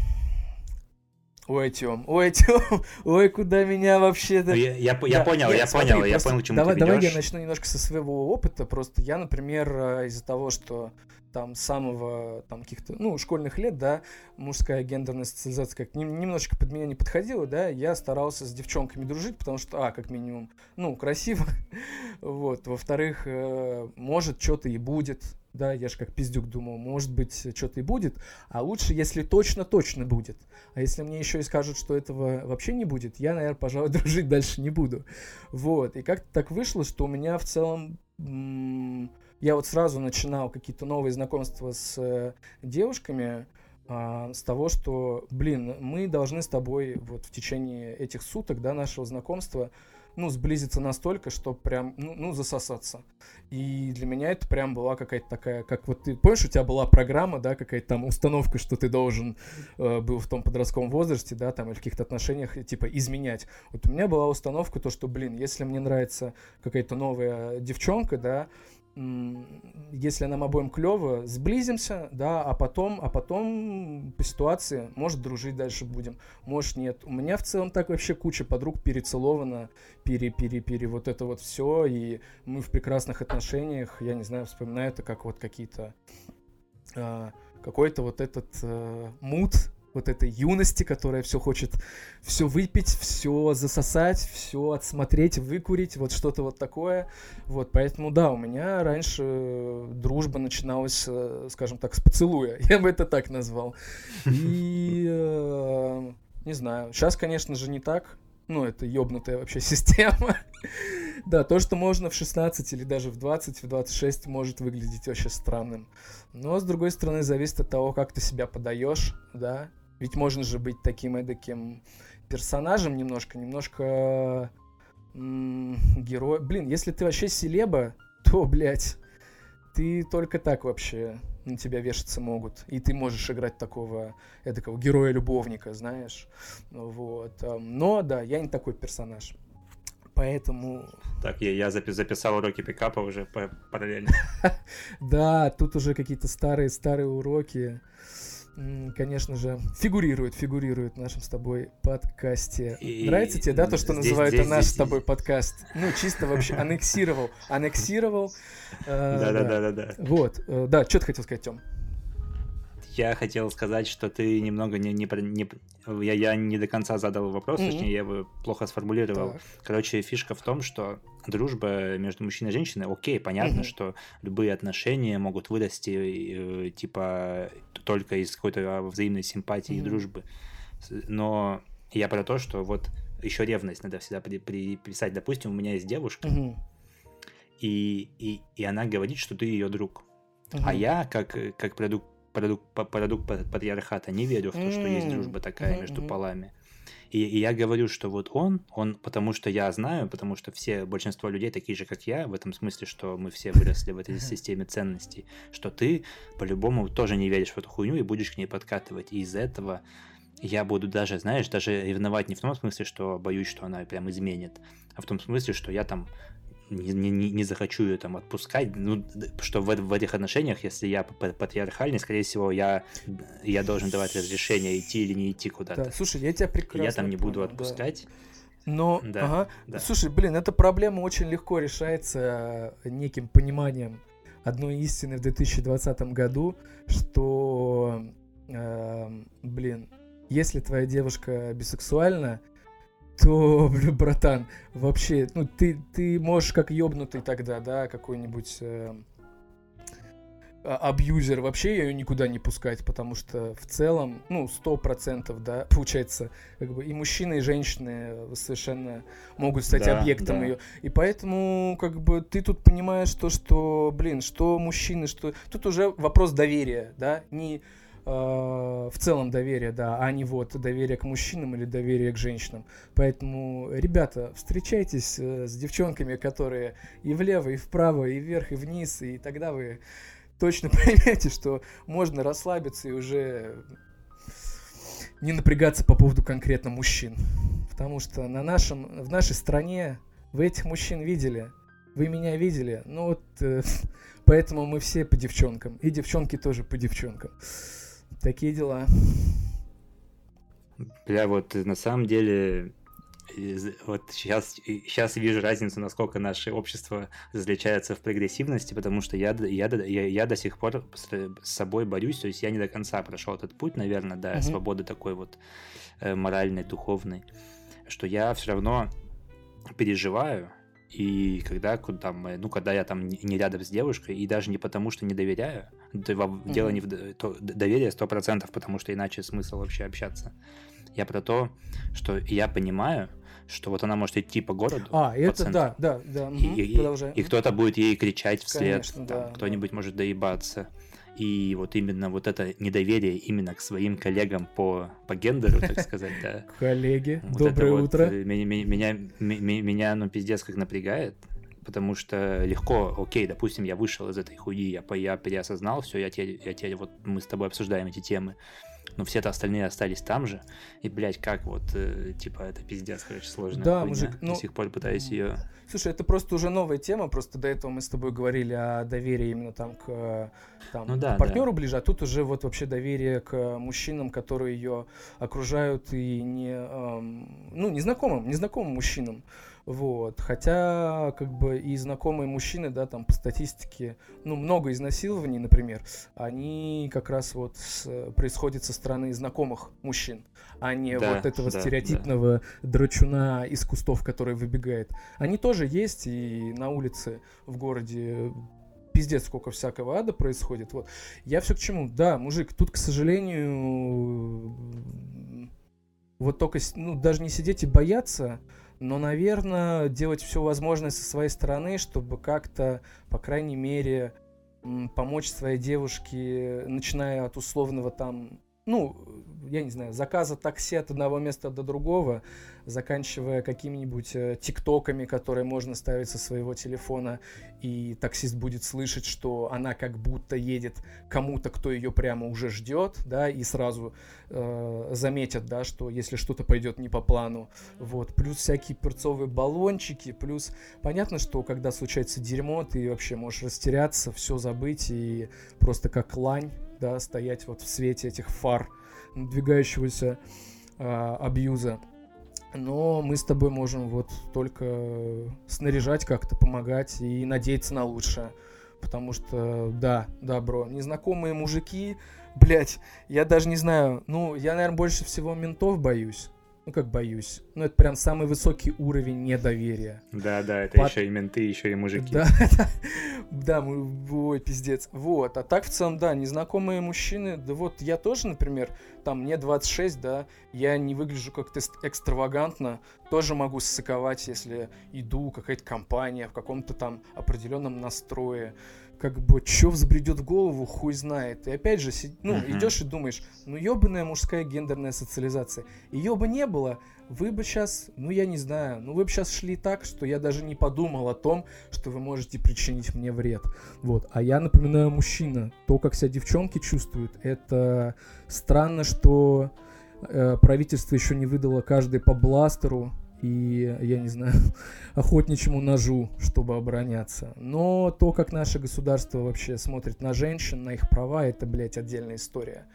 Speaker 2: Ой, Тём, ой, Тём, ой, куда меня вообще-то...
Speaker 1: Я, я, я
Speaker 2: Да,
Speaker 1: понял,
Speaker 2: нет,
Speaker 1: я
Speaker 2: смотри,
Speaker 1: понял, я
Speaker 2: просто
Speaker 1: понял, к чему
Speaker 2: давай,
Speaker 1: ты
Speaker 2: давай я
Speaker 1: ведешь.
Speaker 2: начну немножко со своего опыта. Просто я, например, э, из-за того, что там с самого там каких-то, ну, школьных лет, да, мужская гендерная социализация как нем- немножечко под меня не подходила, да, я старался с девчонками дружить, потому что, а, как минимум, ну, красиво, вот, во-вторых, э, может, что-то и будет, да, я же как пиздюк думал, может быть, что-то и будет, а лучше, если точно-точно будет. А если мне еще и скажут, что этого вообще не будет, я, наверное, пожалуй, дружить дальше не буду. Вот. И как-то так вышло, что у меня в целом... м- я вот сразу начинал какие-то новые знакомства с э, девушками а, с того, что, блин, мы должны с тобой вот в течение этих суток, да, нашего знакомства, ну, сблизиться настолько, что прям, ну, ну, засосаться. И для меня это прям была какая-то такая, как вот ты, помнишь, у тебя была программа, да, какая-то там установка, что ты должен э, был в том подростковом возрасте, да, там, или в каких-то отношениях, типа, изменять. Вот у меня была установка, то, что, блин, если мне нравится какая-то новая девчонка, да, м, если нам обоим клево, сблизимся, да, а потом, а потом по ситуации, может, дружить дальше будем, может, нет. У меня в целом так вообще куча подруг перецелована, пере-пере-пере, вот это вот все, и мы в прекрасных отношениях, я не знаю, вспоминаю это как вот какие-то, а, какой-то вот этот а, мут, вот этой юности, которая все хочет все выпить, все засосать, все отсмотреть, выкурить, вот что-то вот такое. Вот, поэтому, да, у меня раньше дружба начиналась, э, скажем так, с поцелуя. Я бы это так назвал. И, э, не знаю, сейчас, конечно же, не так. Ну, это ёбнутая вообще система. Да, то, что можно в шестнадцать или даже в двадцать, в двадцать шесть может выглядеть вообще странным. Но, с другой стороны, зависит от того, как ты себя подаешь, да. Ведь можно же быть таким эдаким персонажем немножко, немножко м- герой. Блин, если ты вообще селеба, то, блядь, ты только так вообще на тебя вешаться могут. И ты можешь играть такого эдакого героя-любовника, знаешь. Вот. эм, Но, да, я не такой персонаж. Поэтому...
Speaker 1: Так, я, я запи- записал уроки пикапа уже по- параллельно.
Speaker 2: Да, тут уже какие-то старые-старые уроки, м, конечно же, фигурируют, фигурируют в нашем с тобой подкасте.
Speaker 1: И
Speaker 2: Нравится тебе, да, то, что
Speaker 1: здесь,
Speaker 2: называют
Speaker 1: здесь,
Speaker 2: наш
Speaker 1: здесь-
Speaker 2: с тобой подкаст? Ну, чисто вообще аннексировал. Аннексировал. э, да.
Speaker 1: Да-да-да-да-да.
Speaker 2: Вот. э, Да, что ты хотел сказать, Тём?
Speaker 1: Я хотел сказать, что ты немного не... не, про- не- я, я не до конца задал вопрос,
Speaker 2: Мгм.
Speaker 1: точнее, я его плохо сформулировал.
Speaker 2: Так.
Speaker 1: Короче, фишка в том, что дружба между мужчиной и женщиной, окей, понятно,
Speaker 2: Мгм.
Speaker 1: что любые отношения могут вырасти, э, типа, только из какой-то взаимной симпатии и
Speaker 2: Мгм.
Speaker 1: дружбы. С- Но я про то, что вот еще ревность надо всегда при- приписать. Допустим, у меня есть девушка,
Speaker 2: Мгм.
Speaker 1: и, и, и она говорит, что ты ее друг. А
Speaker 2: Мгм.
Speaker 1: я, как, э, как продукт, продукт, па- продукт па- патриархата, не верю в то, что есть
Speaker 2: М,
Speaker 1: дружба такая
Speaker 2: мгм,
Speaker 1: между
Speaker 2: мгм.
Speaker 1: полами. И, и я говорю, что вот он, он, потому что я знаю, потому что все, большинство людей такие же, как я, в этом смысле, что мы все выросли в этой системе ценностей, что ты по-любому тоже не веришь в эту хуйню и будешь к ней подкатывать. И из-за этого я буду даже, знаешь, даже ревновать не в том смысле, что боюсь, что она прям изменит, а в том смысле, что я там не, не, не не захочу ее там отпускать, ну, д- что в, в этих отношениях, если я п- патриархальный, скорее всего, я, я должен давать разрешение, идти или не идти
Speaker 2: Да,
Speaker 1: куда-то.
Speaker 2: слушай, я тебя
Speaker 1: И
Speaker 2: прекрасно
Speaker 1: я там не буду
Speaker 2: понял, да.
Speaker 1: отпускать.
Speaker 2: Но,
Speaker 1: Да,
Speaker 2: ага.
Speaker 1: да.
Speaker 2: Слушай, блин, эта проблема очень легко решается э, неким пониманием одной истины в две тысячи двадцатом году, что, эм, блин, если твоя девушка бисексуальна, то, блин, братан, вообще, ну, ты, ты можешь как ёбнутый тогда, да, какой-нибудь э, а- абьюзер, вообще ее никуда не пускать, потому что в целом, ну, сто процентов, да, получается, как бы и мужчины, и женщины совершенно могут стать
Speaker 1: Да,
Speaker 2: объектом
Speaker 1: да.
Speaker 2: ее. И поэтому, как бы, ты тут понимаешь то, что, блин, что мужчины, что... Тут уже вопрос доверия, да, не э, в целом доверие, да, а не вот доверие к мужчинам или доверие к женщинам. Поэтому, ребята, встречайтесь э, с девчонками, которые и влево, и вправо, и вверх, и вниз, и тогда вы точно поймете, что можно расслабиться и уже не напрягаться по поводу конкретно мужчин. Потому что на нашем, в нашей стране вы этих мужчин видели, вы меня видели, ну вот э, поэтому мы все по девчонкам, и девчонки тоже по девчонкам. Такие дела.
Speaker 1: Бля, вот на самом деле, вот сейчас, сейчас вижу разницу, насколько наше общество различается в прогрессивности, потому что я, я, я, я до сих пор с собой борюсь, то есть я не до конца прошел этот путь, наверное, до mm-hmm. свободы такой вот э, моральной, духовной, что я все равно переживаю, и когда, там, ну, когда я там не рядом с девушкой, и даже не потому, что не доверяю, дело не в то, доверие сто процентов, потому что иначе смысл вообще общаться. Я про то, что я понимаю, что вот она может идти по городу.
Speaker 2: А,
Speaker 1: по
Speaker 2: это
Speaker 1: центру,
Speaker 2: да, да, да.
Speaker 1: И,
Speaker 2: угу,
Speaker 1: и,
Speaker 2: продолжай.
Speaker 1: И кто-то будет ей кричать вслед,
Speaker 2: Конечно,
Speaker 1: там,
Speaker 2: да,
Speaker 1: кто-нибудь
Speaker 2: да.
Speaker 1: может доебаться. И вот именно вот это недоверие именно к своим коллегам по, по гендеру, так сказать, да.
Speaker 2: Коллеги,
Speaker 1: вот
Speaker 2: доброе
Speaker 1: вот
Speaker 2: утро.
Speaker 1: Меня, меня, меня, меня, ну, пиздец как напрягает, потому что легко, окей, допустим, я вышел из этой хуйни, я, я переосознал все, я теперь, я теперь, вот мы с тобой обсуждаем эти темы, но все-то остальные остались там же, и, блядь, как вот, э, типа, это пиздец, короче, сложная
Speaker 2: да,
Speaker 1: хуйня,
Speaker 2: мужик,
Speaker 1: до
Speaker 2: ну,
Speaker 1: сих пор пытаюсь ее...
Speaker 2: Слушай, это просто уже новая тема, просто до этого мы с тобой говорили о доверии именно там к, там,
Speaker 1: ну, да,
Speaker 2: к партнеру
Speaker 1: да.
Speaker 2: ближе, а тут уже вот вообще доверие к мужчинам, которые ее окружают, и не, эм, ну, незнакомым, незнакомым мужчинам. Вот. Хотя, как бы, и знакомые мужчины, да, там, по статистике, ну, много изнасилований, например, они как раз вот с, происходят со стороны знакомых мужчин, а не
Speaker 1: да,
Speaker 2: вот этого
Speaker 1: да,
Speaker 2: стереотипного да. драчуна из кустов, который выбегает. Они тоже есть, и на улице в городе пиздец сколько всякого ада происходит. Вот. Я все к чему? Да, мужик, тут, к сожалению, вот только, ну, даже не сидеть и бояться, но, наверное, делать все возможное со своей стороны, чтобы как-то, по крайней мере, помочь своей девушке, начиная от условного там, ну, я не знаю, заказа такси от одного места до другого, заканчивая какими-нибудь э, тиктоками, которые можно ставить со своего телефона, и таксист будет слышать, что она как будто едет кому-то, кто ее прямо уже ждет, да, и сразу э, заметят, да, что если что-то пойдет не по плану, вот, плюс всякие перцовые баллончики, плюс понятно, что когда случается дерьмо, ты вообще можешь растеряться, все забыть и просто как лань, да, стоять вот в свете этих фар надвигающегося э, абьюза. Но мы с тобой можем вот только снаряжать как-то, помогать и надеяться на лучшее. Потому что, да, да, бро, незнакомые мужики, блять, я даже не знаю, ну, я, наверное, больше всего ментов боюсь. Ну, как боюсь. Ну, это прям самый высокий уровень недоверия.
Speaker 1: Да, да, это Под... еще и менты, еще и мужики.
Speaker 2: Да, да, мы, ой, пиздец. Вот, а так в целом, да, незнакомые мужчины, да вот я тоже, например, там, мне двадцать шесть, да, я не выгляжу как-то экстравагантно, тоже могу ссыковать, если иду, какая-то компания в каком-то там определенном настрое. Как бы, что взбредет в голову, хуй знает. И опять же, ну, uh-huh. идешь и думаешь, ну, ебаная мужская гендерная социализация. Ее бы не было, вы бы сейчас, ну, я не знаю, ну, вы бы сейчас шли так, что я даже не подумал о том, что вы можете причинить мне вред. Вот. А я, напоминаю, мужчина. То, как себя девчонки чувствуют, это странно, что э, правительство еще не выдало каждой по бластеру и, я не знаю, охотничьему ножу, чтобы обороняться. Но то, как наше государство вообще смотрит на женщин, на их права, это, блядь, отдельная история.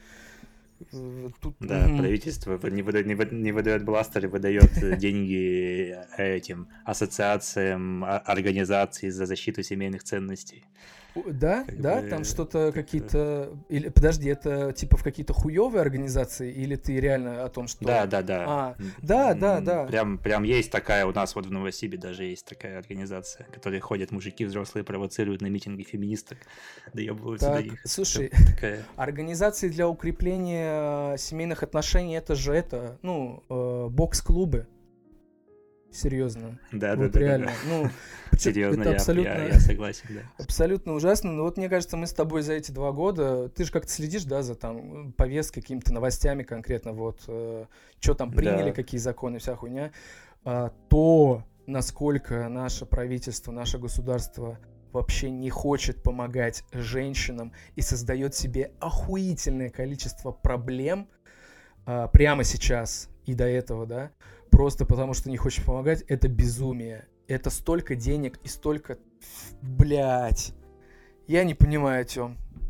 Speaker 1: Тут... Да, mm-hmm. правительство не выдает, не выдает, не выдает бластеры, выдает деньги этим ассоциациям, организации за защиту семейных ценностей.
Speaker 2: Да, как да, бы... там что-то какие-то... Или, подожди, это типа в какие-то хуёвые организации, или ты реально о том, что...
Speaker 1: Да, да, да.
Speaker 2: А, да, да, да.
Speaker 1: Прям, прям есть такая, у нас вот в Новосибе даже есть такая организация, в которой ходят мужики взрослые, провоцируют на митинги феминисток, доебываются до них.
Speaker 2: Слушай,
Speaker 1: такая...
Speaker 2: организации для укрепления семейных отношений, это же это, ну, э, бокс-клубы. Серьезно.
Speaker 1: Да,
Speaker 2: вот
Speaker 1: да,
Speaker 2: реально.
Speaker 1: да, да.
Speaker 2: Ну,
Speaker 1: серьезно,
Speaker 2: это
Speaker 1: я,
Speaker 2: абсолютно,
Speaker 1: я, я согласен, да.
Speaker 2: Абсолютно ужасно. Но вот мне кажется, мы с тобой за эти два года, ты же как-то следишь, да, за там повесткой, какими-то новостями конкретно, вот, э, что там приняли, да. какие законы, вся хуйня, а, то, насколько наше правительство, наше государство вообще не хочет помогать женщинам и создает себе охуительное количество проблем а, прямо сейчас и до этого, да, просто потому что не хочет помогать, это безумие. Это столько денег и столько... Блять. Я не понимаю, Тём.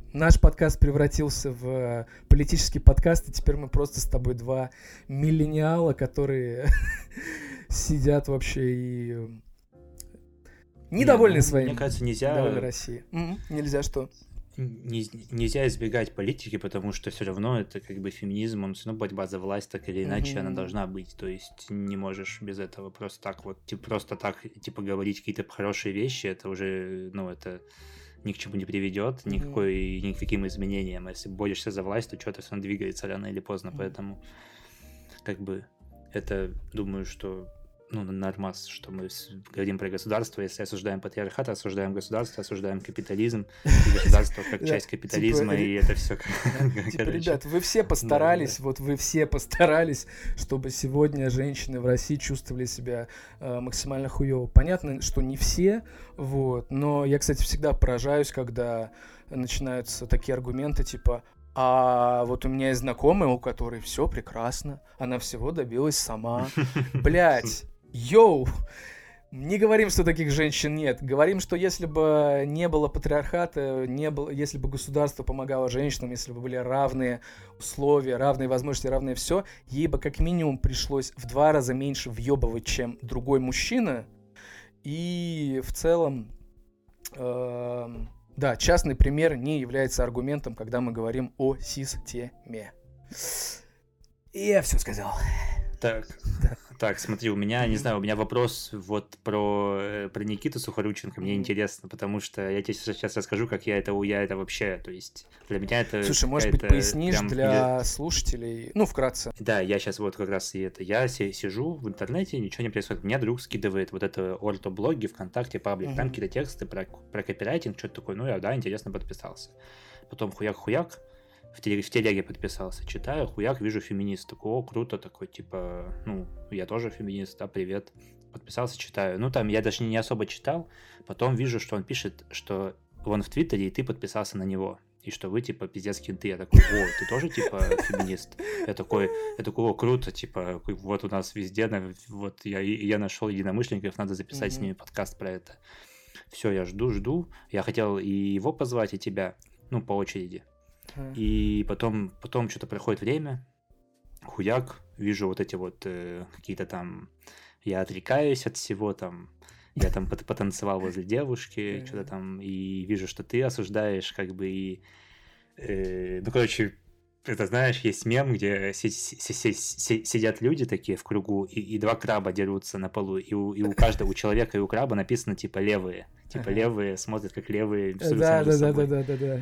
Speaker 2: Наш подкаст превратился в политический подкаст, и теперь мы просто с тобой два миллениала, которые сидят вообще и недовольны
Speaker 1: Не, ну,
Speaker 2: своим.
Speaker 1: мне кажется, нельзя...
Speaker 2: Недовольны Россией. М-м, нельзя что?
Speaker 1: Не- нельзя избегать политики, потому что все равно это как бы феминизм, он все равно борьба за власть, так или иначе
Speaker 2: Мгм.
Speaker 1: она должна быть. То есть не можешь без этого просто так вот, типа, просто так, типа, говорить какие-то хорошие вещи, это уже, ну, это ни к чему не приведет,
Speaker 2: Мгм.
Speaker 1: никакой, никаким изменениям. А если борешься за власть, то что-то все равно двигается рано или поздно,
Speaker 2: Мгм.
Speaker 1: поэтому как бы это, думаю, что ну, нормас, что мы с- говорим про государство, если осуждаем патриархат, осуждаем государство, осуждаем капитализм, и государство как
Speaker 2: Да,
Speaker 1: часть
Speaker 2: типа,
Speaker 1: капитализма,
Speaker 2: ре-
Speaker 1: и это все,
Speaker 2: да, типа,
Speaker 1: короче,
Speaker 2: ребят, вы все
Speaker 1: да, да.
Speaker 2: постарались, вот вы все постарались, чтобы сегодня женщины в России чувствовали себя э, максимально хуёво. Понятно, что не все, вот, но я, кстати, всегда поражаюсь, когда начинаются такие аргументы, типа, а вот у меня есть знакомая, у которой все прекрасно, она всего добилась сама. Блять, йоу! Не говорим, что таких женщин нет. Говорим, что если бы не было патриархата, не было, если бы государство помогало женщинам, если бы были равные условия, равные возможности, равное все, ей бы как минимум пришлось в два раза меньше въебывать, чем другой мужчина. И в целом, эм, да, частный пример не является аргументом, когда мы говорим о системе. И я все сказал.
Speaker 1: Так,
Speaker 2: Да.
Speaker 1: так, смотри, у меня, не
Speaker 2: Мгм.
Speaker 1: знаю, у меня вопрос вот про, э, про Никиту Сухорученко, мне
Speaker 2: Мгм.
Speaker 1: интересно, потому что я тебе сейчас расскажу, как я это, у- я это вообще, то есть для меня это
Speaker 2: Слушай, может быть,
Speaker 1: какая-то
Speaker 2: пояснишь
Speaker 1: прям... или-
Speaker 2: для слушателей, ну, вкратце.
Speaker 1: Да, я сейчас вот как раз и это, я си- сижу в интернете, ничего не происходит, мне друг скидывает вот это орто-блоги, ВКонтакте, паблик, там
Speaker 2: Мгм.
Speaker 1: какие-то тексты про, про копирайтинг, что-то такое, ну я, да, интересно, подписался. Потом хуяк-хуяк, в, теле- в телеге подписался, читаю, хуяк, вижу феминист, такой, о, круто, такой, типа, ну, я тоже феминист, да, привет. Подписался, читаю. Ну, там я даже не особо читал, потом вижу, что он пишет, что он в Твиттере, и ты подписался на него. И что вы, типа, пиздец кенты. Я такой, о, ты тоже, типа, феминист? Я такой, я такой, о, круто, типа, вот у нас везде, на- вот я, и- я нашел единомышленников, надо записать с
Speaker 2: Мгм.
Speaker 1: ними подкаст про это. Все, я жду, жду. Я хотел и его позвать, и тебя, ну, по очереди.
Speaker 2: А.
Speaker 1: И потом, потом что-то проходит время, хуяк, вижу вот эти вот э, какие-то там, я отрекаюсь от всего там, я там пот- потанцевал возле девушки, что-то
Speaker 2: Ага.
Speaker 1: там, и вижу, что ты осуждаешь, как бы, и, э, ну, короче, это, знаешь, есть мем, где си- си- си- си- сидят люди такие в кругу, и, и два краба дерутся на полу, и у, и у каждого, у человека и у краба написано, типа, левые. Типа,
Speaker 2: Ага.
Speaker 1: левые смотрят, как левые
Speaker 2: Да,
Speaker 1: ссорятся
Speaker 2: да,
Speaker 1: между
Speaker 2: да, да,
Speaker 1: собой.
Speaker 2: да, да, да.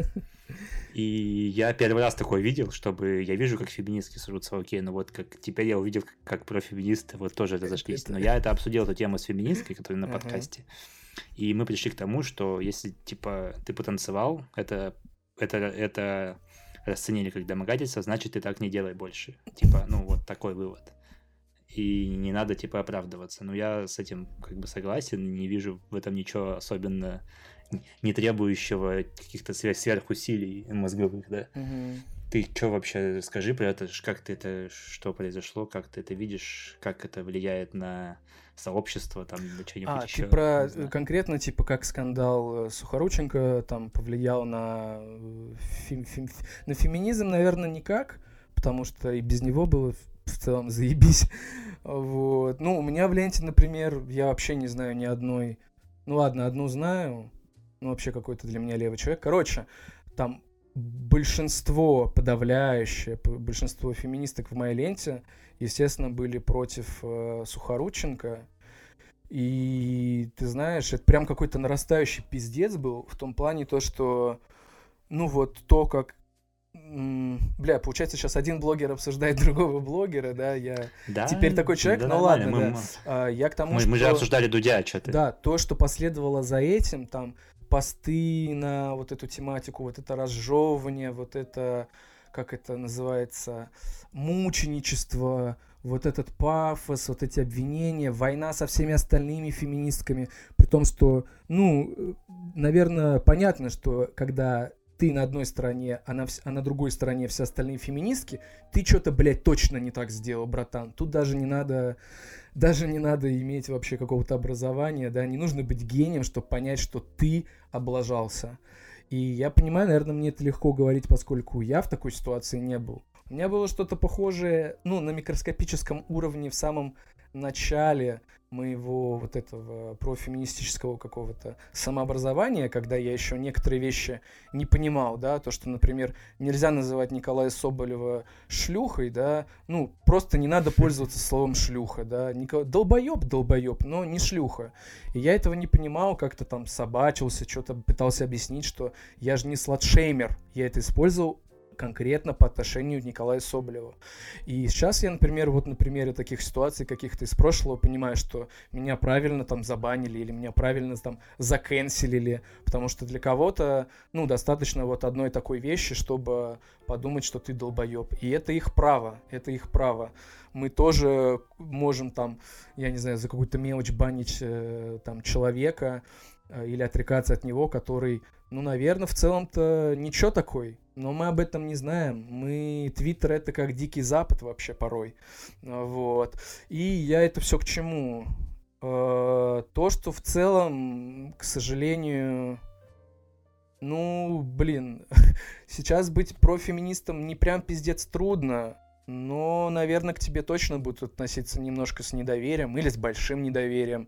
Speaker 1: И я первый раз такое видел, чтобы я вижу, как феминистки срутся, окей, но вот как теперь я увидел, как, как профеминисты вот тоже разошлись.
Speaker 2: Это-
Speaker 1: Но я это обсудил, эту тему с феминисткой, которая на
Speaker 2: Ага.
Speaker 1: подкасте. И мы пришли к тому, что если, типа, ты потанцевал, это, это, это расценили как домогательство, значит, ты так не делай больше. Типа, ну, вот такой вывод. И не надо, типа, оправдываться. Но я с этим как бы согласен, не вижу в этом ничего особенно не требующего каких-то свер- сверхусилий мозговых, да.
Speaker 2: Мгм.
Speaker 1: Ты что вообще скажи про это, ш- как ты это, что произошло, как ты это видишь, как это влияет на сообщество, там, или что-нибудь
Speaker 2: А,
Speaker 1: еще,
Speaker 2: ты про
Speaker 1: не
Speaker 2: э,
Speaker 1: знаю.
Speaker 2: конкретно, типа, как скандал э, Сухорученко там повлиял на, э, фем- фем- на феминизм, наверное, никак, потому что и без него было в- в целом заебись. Вот. Ну, у меня в ленте, например, я вообще не знаю ни одной... Ну ладно, одну знаю, ну вообще какой-то для меня левый человек. Короче, там большинство подавляющее, п- большинство феминисток в моей ленте, естественно, были против э, Сухорученко. И ты знаешь, это прям какой-то нарастающий пиздец был в том плане, то, что, ну вот то, как... м, Бля, получается, сейчас один блогер обсуждает другого блогера, да, я
Speaker 1: Да,
Speaker 2: теперь такой человек,
Speaker 1: да,
Speaker 2: ну
Speaker 1: нормально.
Speaker 2: ладно,
Speaker 1: Мы,
Speaker 2: да.
Speaker 1: мы-
Speaker 2: А, я к тому,
Speaker 1: мы,
Speaker 2: что...
Speaker 1: мы же обсуждали Дудя, что ты.
Speaker 2: Да, то, что последовало за этим, там, посты на вот эту тематику, вот это разжевывание, вот это, как это называется, мученичество, вот этот пафос, вот эти обвинения, война со всеми остальными феминистками, при том, что, ну, наверное, понятно, что когда ты на одной стороне, а на, вс- а на другой стороне все остальные феминистки, ты что-то, блядь, точно не так сделал, братан. Тут даже не надо, даже не надо иметь вообще какого-то образования, да, не нужно быть гением, чтобы понять, что ты облажался. И я понимаю, наверное, мне это легко говорить, поскольку я в такой ситуации не был. У меня было что-то похожее, ну, на микроскопическом уровне в самом начале моего вот этого профеминистического какого-то самообразования, когда я еще некоторые вещи не понимал, да, то, что, например, нельзя называть Николая Соболева шлюхой, да, ну, просто не надо пользоваться словом шлюха, да, Никол... долбоеб, долбоеб, но не шлюха. И я этого не понимал, как-то там собачился, что-то пытался объяснить, что я же не сладшеймер, я это использовал конкретно по отношению к Николаю Соболеву. И сейчас я, например, вот на примере таких ситуаций каких-то из прошлого понимаю, что меня правильно там забанили или меня правильно там закэнселили, потому что для кого-то, ну, достаточно вот одной такой вещи, чтобы подумать, что ты долбоеб. И это их право, это их право. Мы тоже можем там, я не знаю, за какую-то мелочь банить э, там человека э, или отрекаться от него, который, ну, наверное, в целом-то ничего такой. Но мы об этом не знаем. Мы... Твиттер — это как Дикий Запад вообще порой. Вот. И я это все к чему? То, что в целом, к сожалению... Ну, блин, сейчас быть профеминистом не прям пиздец трудно, но, наверное, к тебе точно будут относиться немножко с недоверием или с большим недоверием,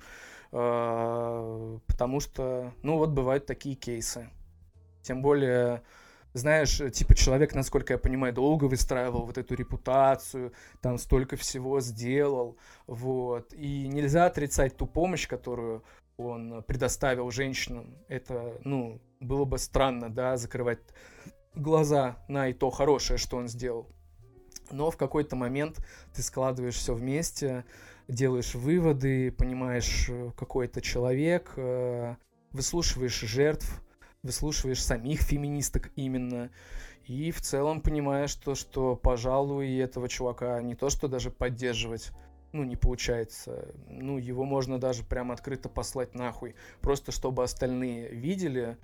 Speaker 2: потому что, ну, вот бывают такие кейсы. Тем более... Знаешь, типа человек, насколько я понимаю, долго выстраивал вот эту репутацию, там столько всего сделал, вот. И нельзя отрицать ту помощь, которую он предоставил женщинам. Это, ну, было бы странно, да, закрывать глаза на и то хорошее, что он сделал. Но в какой-то момент ты складываешь все вместе, делаешь выводы, понимаешь, какой это человек, выслушиваешь жертв, выслушиваешь самих феминисток именно, и в целом понимаешь то, что, пожалуй, этого чувака не то, что даже поддерживать, ну, не получается. Ну, его можно даже прям открыто послать нахуй, просто чтобы остальные видели,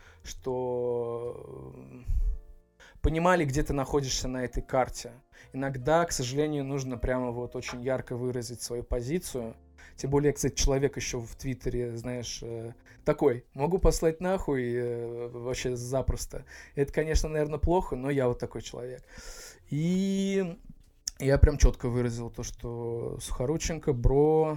Speaker 2: что... понимали, где ты находишься на этой карте. Иногда, к сожалению, нужно прямо вот очень ярко выразить свою позицию. Тем более, кстати, человек еще в Твиттере, знаешь, э, такой, могу послать нахуй э, вообще запросто. Это, конечно, наверное, плохо, но я вот такой человек. И я прям четко выразил то, что Сухорученко, бро,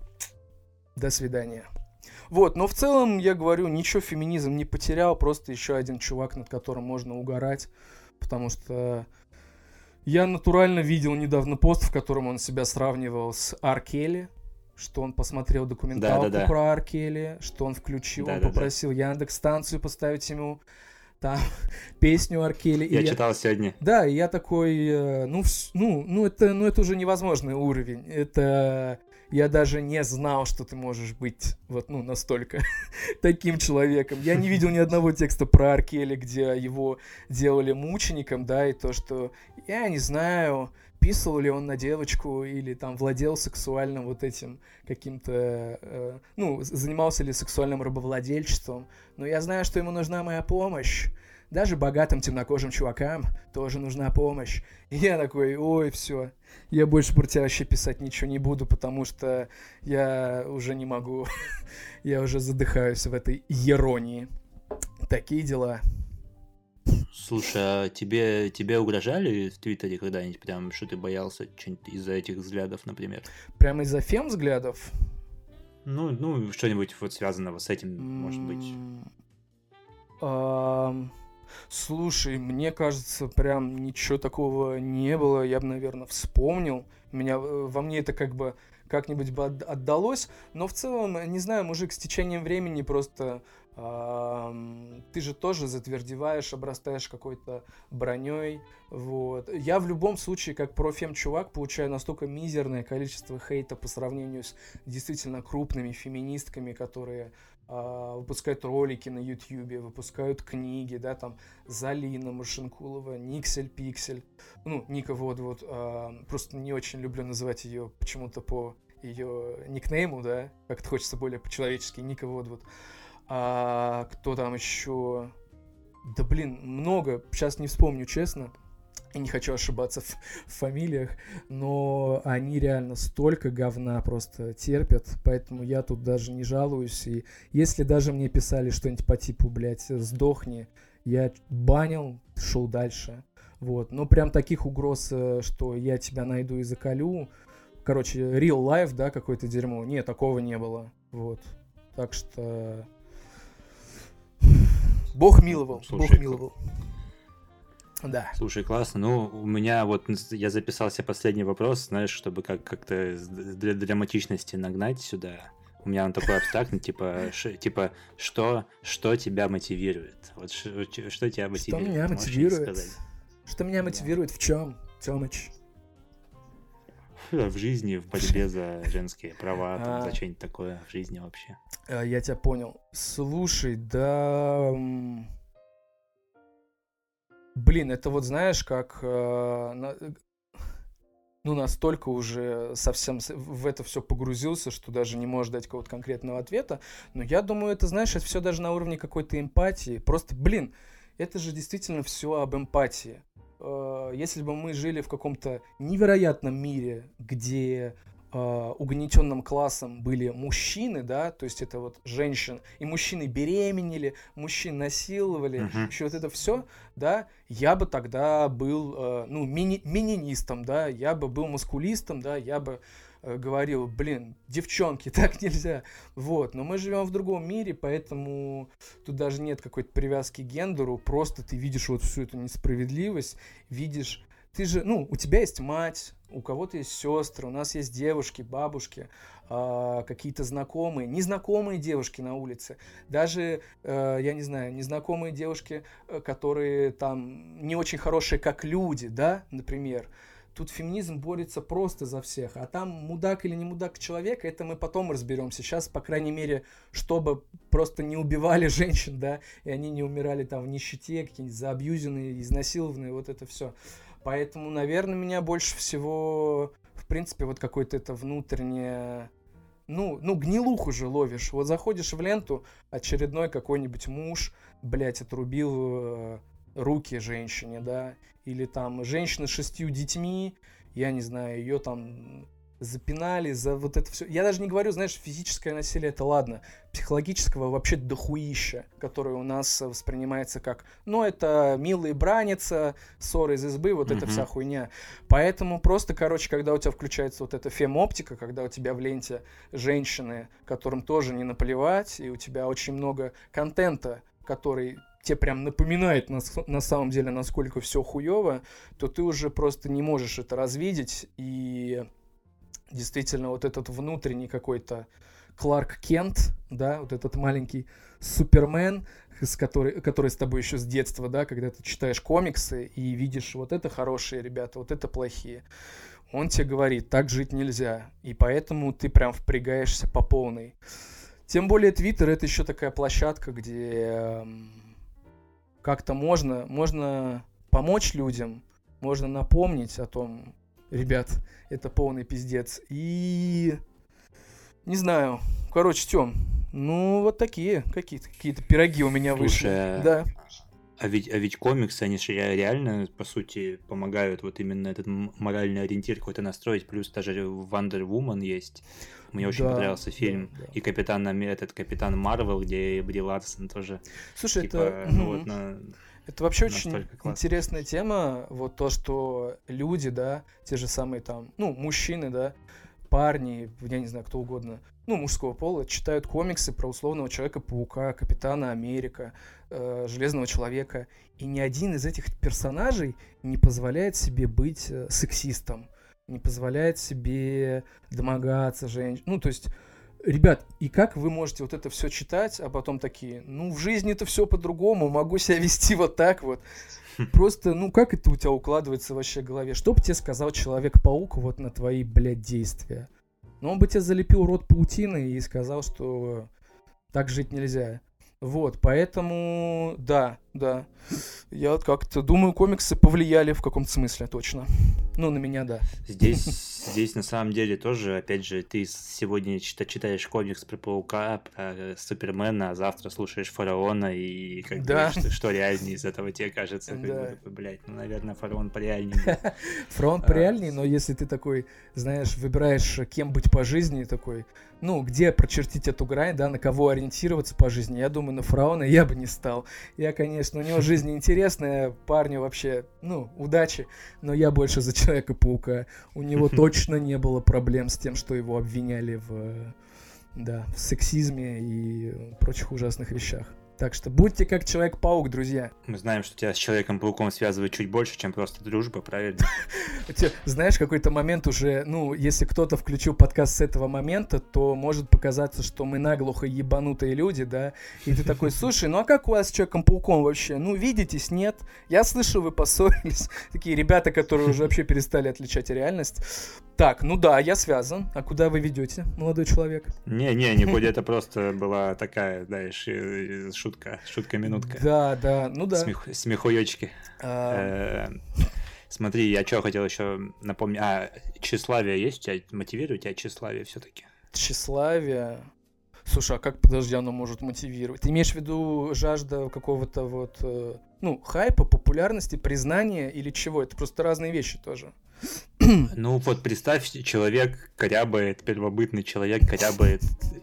Speaker 2: до свидания. Вот, но в целом, я говорю, ничего феминизм не потерял, просто еще один чувак, над которым можно угорать, потому что я натурально видел недавно пост, в котором он себя сравнивал с Ар Келли, что он посмотрел документалку
Speaker 1: Да-да-да.
Speaker 2: про Ар Келли, что он включил,
Speaker 1: Да-да-да.
Speaker 2: он попросил Яндекс.Станцию поставить ему там песню Ар Келли.
Speaker 1: Я
Speaker 2: и
Speaker 1: читал я... сегодня.
Speaker 2: Да, и я такой, ну, ну, ну, это, ну, это уже невозможный уровень, это... Я даже не знал, что ты можешь быть вот, ну, настолько таким человеком. Я не видел ни одного текста про Ар Келли, где его делали мучеником, да, и то, что, я не знаю, писал ли он на девочку или там владел сексуальным вот этим каким-то, э, ну, занимался ли сексуальным рабовладельчеством. Но я знаю, что ему нужна моя помощь. Даже богатым темнокожим чувакам тоже нужна помощь. И я такой, ой, все, я больше про тебя вообще писать ничего не буду, потому что я уже не могу, я уже задыхаюсь в этой иронии. Такие дела.
Speaker 1: Слушай, а тебе, тебе угрожали в Твиттере когда-нибудь, прям, что ты боялся что-нибудь из-за этих взглядов, например?
Speaker 2: Прямо из-за фем-взглядов?
Speaker 1: Ну, ну, что-нибудь вот связанного с этим, может быть.
Speaker 2: Um... Слушай, мне кажется, прям ничего такого не было. Я бы, наверное, вспомнил. Меня, во мне это как бы как-нибудь бы отдалось. Но в целом, не знаю, мужик, с течением времени просто э, ты же тоже затвердеваешь, обрастаешь какой-то броней. Вот. Я в любом случае, как профем-чувак, получаю настолько мизерное количество хейта по сравнению с действительно крупными феминистками, которые... Uh, выпускают ролики на Ютьюбе, выпускают книги, да, там, Залина Маршинкулова, Никсель Пиксель, ну, Ника Водвуд, uh, просто не очень люблю называть ее почему-то по ее никнейму, да, как-то хочется более по-человечески, Ника Водвуд. Uh, кто там еще? Да, блин, много, сейчас не вспомню, честно. И не хочу ошибаться в, в фамилиях, но они реально столько говна просто терпят, поэтому я тут даже не жалуюсь. И если даже мне писали что-нибудь по типу, блядь, сдохни, я банил, шел дальше. Вот. Но прям таких угроз, что я тебя найду и заколю, короче, real life, да, какое-то дерьмо, нет, такого не было. Вот. Так что... Бог миловал,
Speaker 1: Слушай,
Speaker 2: Бог миловал. Да.
Speaker 1: Слушай, классно. Ну, у меня вот, я записал себе последний вопрос, знаешь, чтобы как- как-то для драматичности нагнать сюда. У меня он такой абстрактный, типа, ш, типа что, что тебя мотивирует? Вот ш, что тебя мотивирует?
Speaker 2: Что меня
Speaker 1: Можешь
Speaker 2: мотивирует?
Speaker 1: сказать?
Speaker 2: Что меня мотивирует в чем, Тёмыч?
Speaker 1: В жизни, в борьбе за женские права, там,
Speaker 2: А.
Speaker 1: за что-нибудь такое в жизни вообще.
Speaker 2: А, Я тебя понял. Слушай, да... м, Блин, это вот знаешь, как... э, на- Ну, настолько уже совсем с- в это все погрузился, что даже не можешь дать какого-то конкретного ответа. Но я думаю, это, знаешь, это все даже на уровне какой-то эмпатии. Просто, блин, это же действительно все об эмпатии. Э, Если бы мы жили в каком-то невероятном мире, где э, угнетенным классом были мужчины, да, то есть это вот женщин, и мужчины беременели, мужчин насиловали,
Speaker 1: Мгм.
Speaker 2: еще вот это все, да, я бы тогда был, э, ну, мини- мининистом, да, я бы был маскулистом, да, я бы э, говорил, блин, девчонки, так нельзя, вот, но мы живем в другом мире, поэтому тут даже нет какой-то привязки к гендеру, просто ты видишь вот всю эту несправедливость, видишь, ты же, ну, у тебя есть мать, у кого-то есть сестры, у нас есть девушки, бабушки, а, какие-то знакомые, незнакомые девушки на улице, даже, э, я не знаю, незнакомые девушки, э, которые там не очень хорошие как люди, да, например. Тут феминизм борется просто за всех, а там мудак или не мудак человека, это мы потом разберемся. Сейчас, по крайней мере, чтобы просто не убивали женщин, да, и они не умирали там в нищете, какие-нибудь заабьюзенные, изнасилованные, вот это все. Поэтому, наверное, меня больше всего, в принципе, вот какое-то это внутреннее... Ну, ну, гнилуху же ловишь. Вот заходишь в ленту, очередной какой-нибудь муж, блядь, отрубил э, руки женщине, да, или там женщина с шестью детьми, я не знаю, ее там запинали за вот это все. Я даже не говорю, знаешь, физическое насилие, это ладно, психологического вообще дохуища, которое у нас воспринимается как, ну, это милые бранятся, ссоры из избы, вот эта
Speaker 1: Мгм.
Speaker 2: вся хуйня. Поэтому просто, короче, когда у тебя включается вот эта фемоптика, когда у тебя в ленте женщины, которым тоже не наплевать, и у тебя очень много контента, который тебе прям напоминает на, на самом деле, насколько все хуево, то ты уже просто не можешь это развидеть, и действительно вот этот внутренний какой-то Кларк Кент, да, вот этот маленький Супермен, с который, который с тобой еще с детства, да, когда ты читаешь комиксы и видишь, вот это хорошие ребята, вот это плохие. Он тебе говорит, так жить нельзя, и поэтому ты прям впрягаешься по полной. Тем более Твиттер — это еще такая площадка, где эм, как-то можно, можно помочь людям, можно напомнить о том, ребят, это полный пиздец. И не знаю, короче, Тём, ну вот такие какие-то какие-то пироги у меня вышли.
Speaker 1: Слушай,
Speaker 2: Да.
Speaker 1: А ведь, а ведь комиксы, они же ре- реально, по сути, помогают вот именно этот м- моральный ориентир какой-то настроить. Плюс даже Wonder Woman есть. Мне очень
Speaker 2: Да,
Speaker 1: понравился
Speaker 2: да,
Speaker 1: фильм.
Speaker 2: да.
Speaker 1: И Капитан, Аме- этот Капитан Марвел, где Бри Ларсон тоже,
Speaker 2: Слушай,
Speaker 1: типа,
Speaker 2: это,
Speaker 1: ну
Speaker 2: мгм.
Speaker 1: вот, на...
Speaker 2: это вообще очень
Speaker 1: настолько классно.
Speaker 2: интересная тема. Вот то, что люди, да, те же самые там, ну, мужчины, да, парни, я не знаю, кто угодно, ну, мужского пола, читают комиксы про условного Человека-паука, Капитана Америка, э, Железного Человека. И ни один из этих персонажей не позволяет себе быть э, сексистом, не позволяет себе домогаться женщин. Ну, то есть, ребят, и как вы можете вот это все читать, а потом такие, ну, в жизни это все по-другому, могу себя вести вот так вот. Просто, ну, как это у тебя укладывается вообще в голове? Что бы тебе сказал Человек-паук вот на твои, блядь, действия? Ну, он бы тебе залепил рот паутиной и сказал, что так жить нельзя. Вот, поэтому, да, да. Я вот как-то думаю, комиксы повлияли в каком-то смысле, точно. Ну, на меня, да.
Speaker 1: Здесь, здесь на самом деле тоже, опять же, ты сегодня чита- читаешь комикс про Паука, про Супермена, а завтра слушаешь Фараона, и как
Speaker 2: Да.
Speaker 1: бы, что, что реальнее из этого тебе кажется? Как бы
Speaker 2: Да.
Speaker 1: такой, блядь, ну, наверное, Фараон пореальнее был.
Speaker 2: Фараон
Speaker 1: А,
Speaker 2: пореальней, но если ты такой, знаешь, выбираешь, кем быть по жизни, такой, ну, где прочертить эту грань, да, на кого ориентироваться по жизни, я думаю, на Фараона я бы не стал. Я, конечно, у него жизнь интересная, парню вообще, ну, удачи, но я больше за Человека-паука. У него точно не было проблем с тем, что его обвиняли в, да, в сексизме и прочих ужасных вещах. Так что будьте как Человек-паук, друзья.
Speaker 1: Мы знаем, что тебя с Человеком-пауком связывает чуть больше, чем просто дружба, правильно?
Speaker 2: Знаешь, какой-то момент уже, ну, если кто-то включил подкаст с этого момента, то может показаться, что мы наглухо ебанутые люди, да, и ты такой, слушай, ну а как у вас с Человеком-пауком вообще? Ну, видитесь, нет? Я слышу, вы поссорились. Такие ребята, которые уже вообще перестали отличать реальность. Так, ну да, я связан. А куда вы ведете, молодой человек?
Speaker 1: Не-не, не будет, это просто была такая, знаешь, шутка, шутка-минутка.
Speaker 2: Да, да, ну да.
Speaker 1: Смех, смехуёчки. А... Смотри, я что хотел еще напомнить. А, тщеславие есть у тебя? Мотивирует тебя тщеславие все-таки?
Speaker 2: Тщеславие? Слушай, а как, подожди, оно может мотивировать? Ты имеешь в виду жажда какого-то вот, ну, хайпа, популярности, признания или чего? Это просто разные вещи тоже.
Speaker 1: Ну вот представь, человек корябает, первобытный человек корябает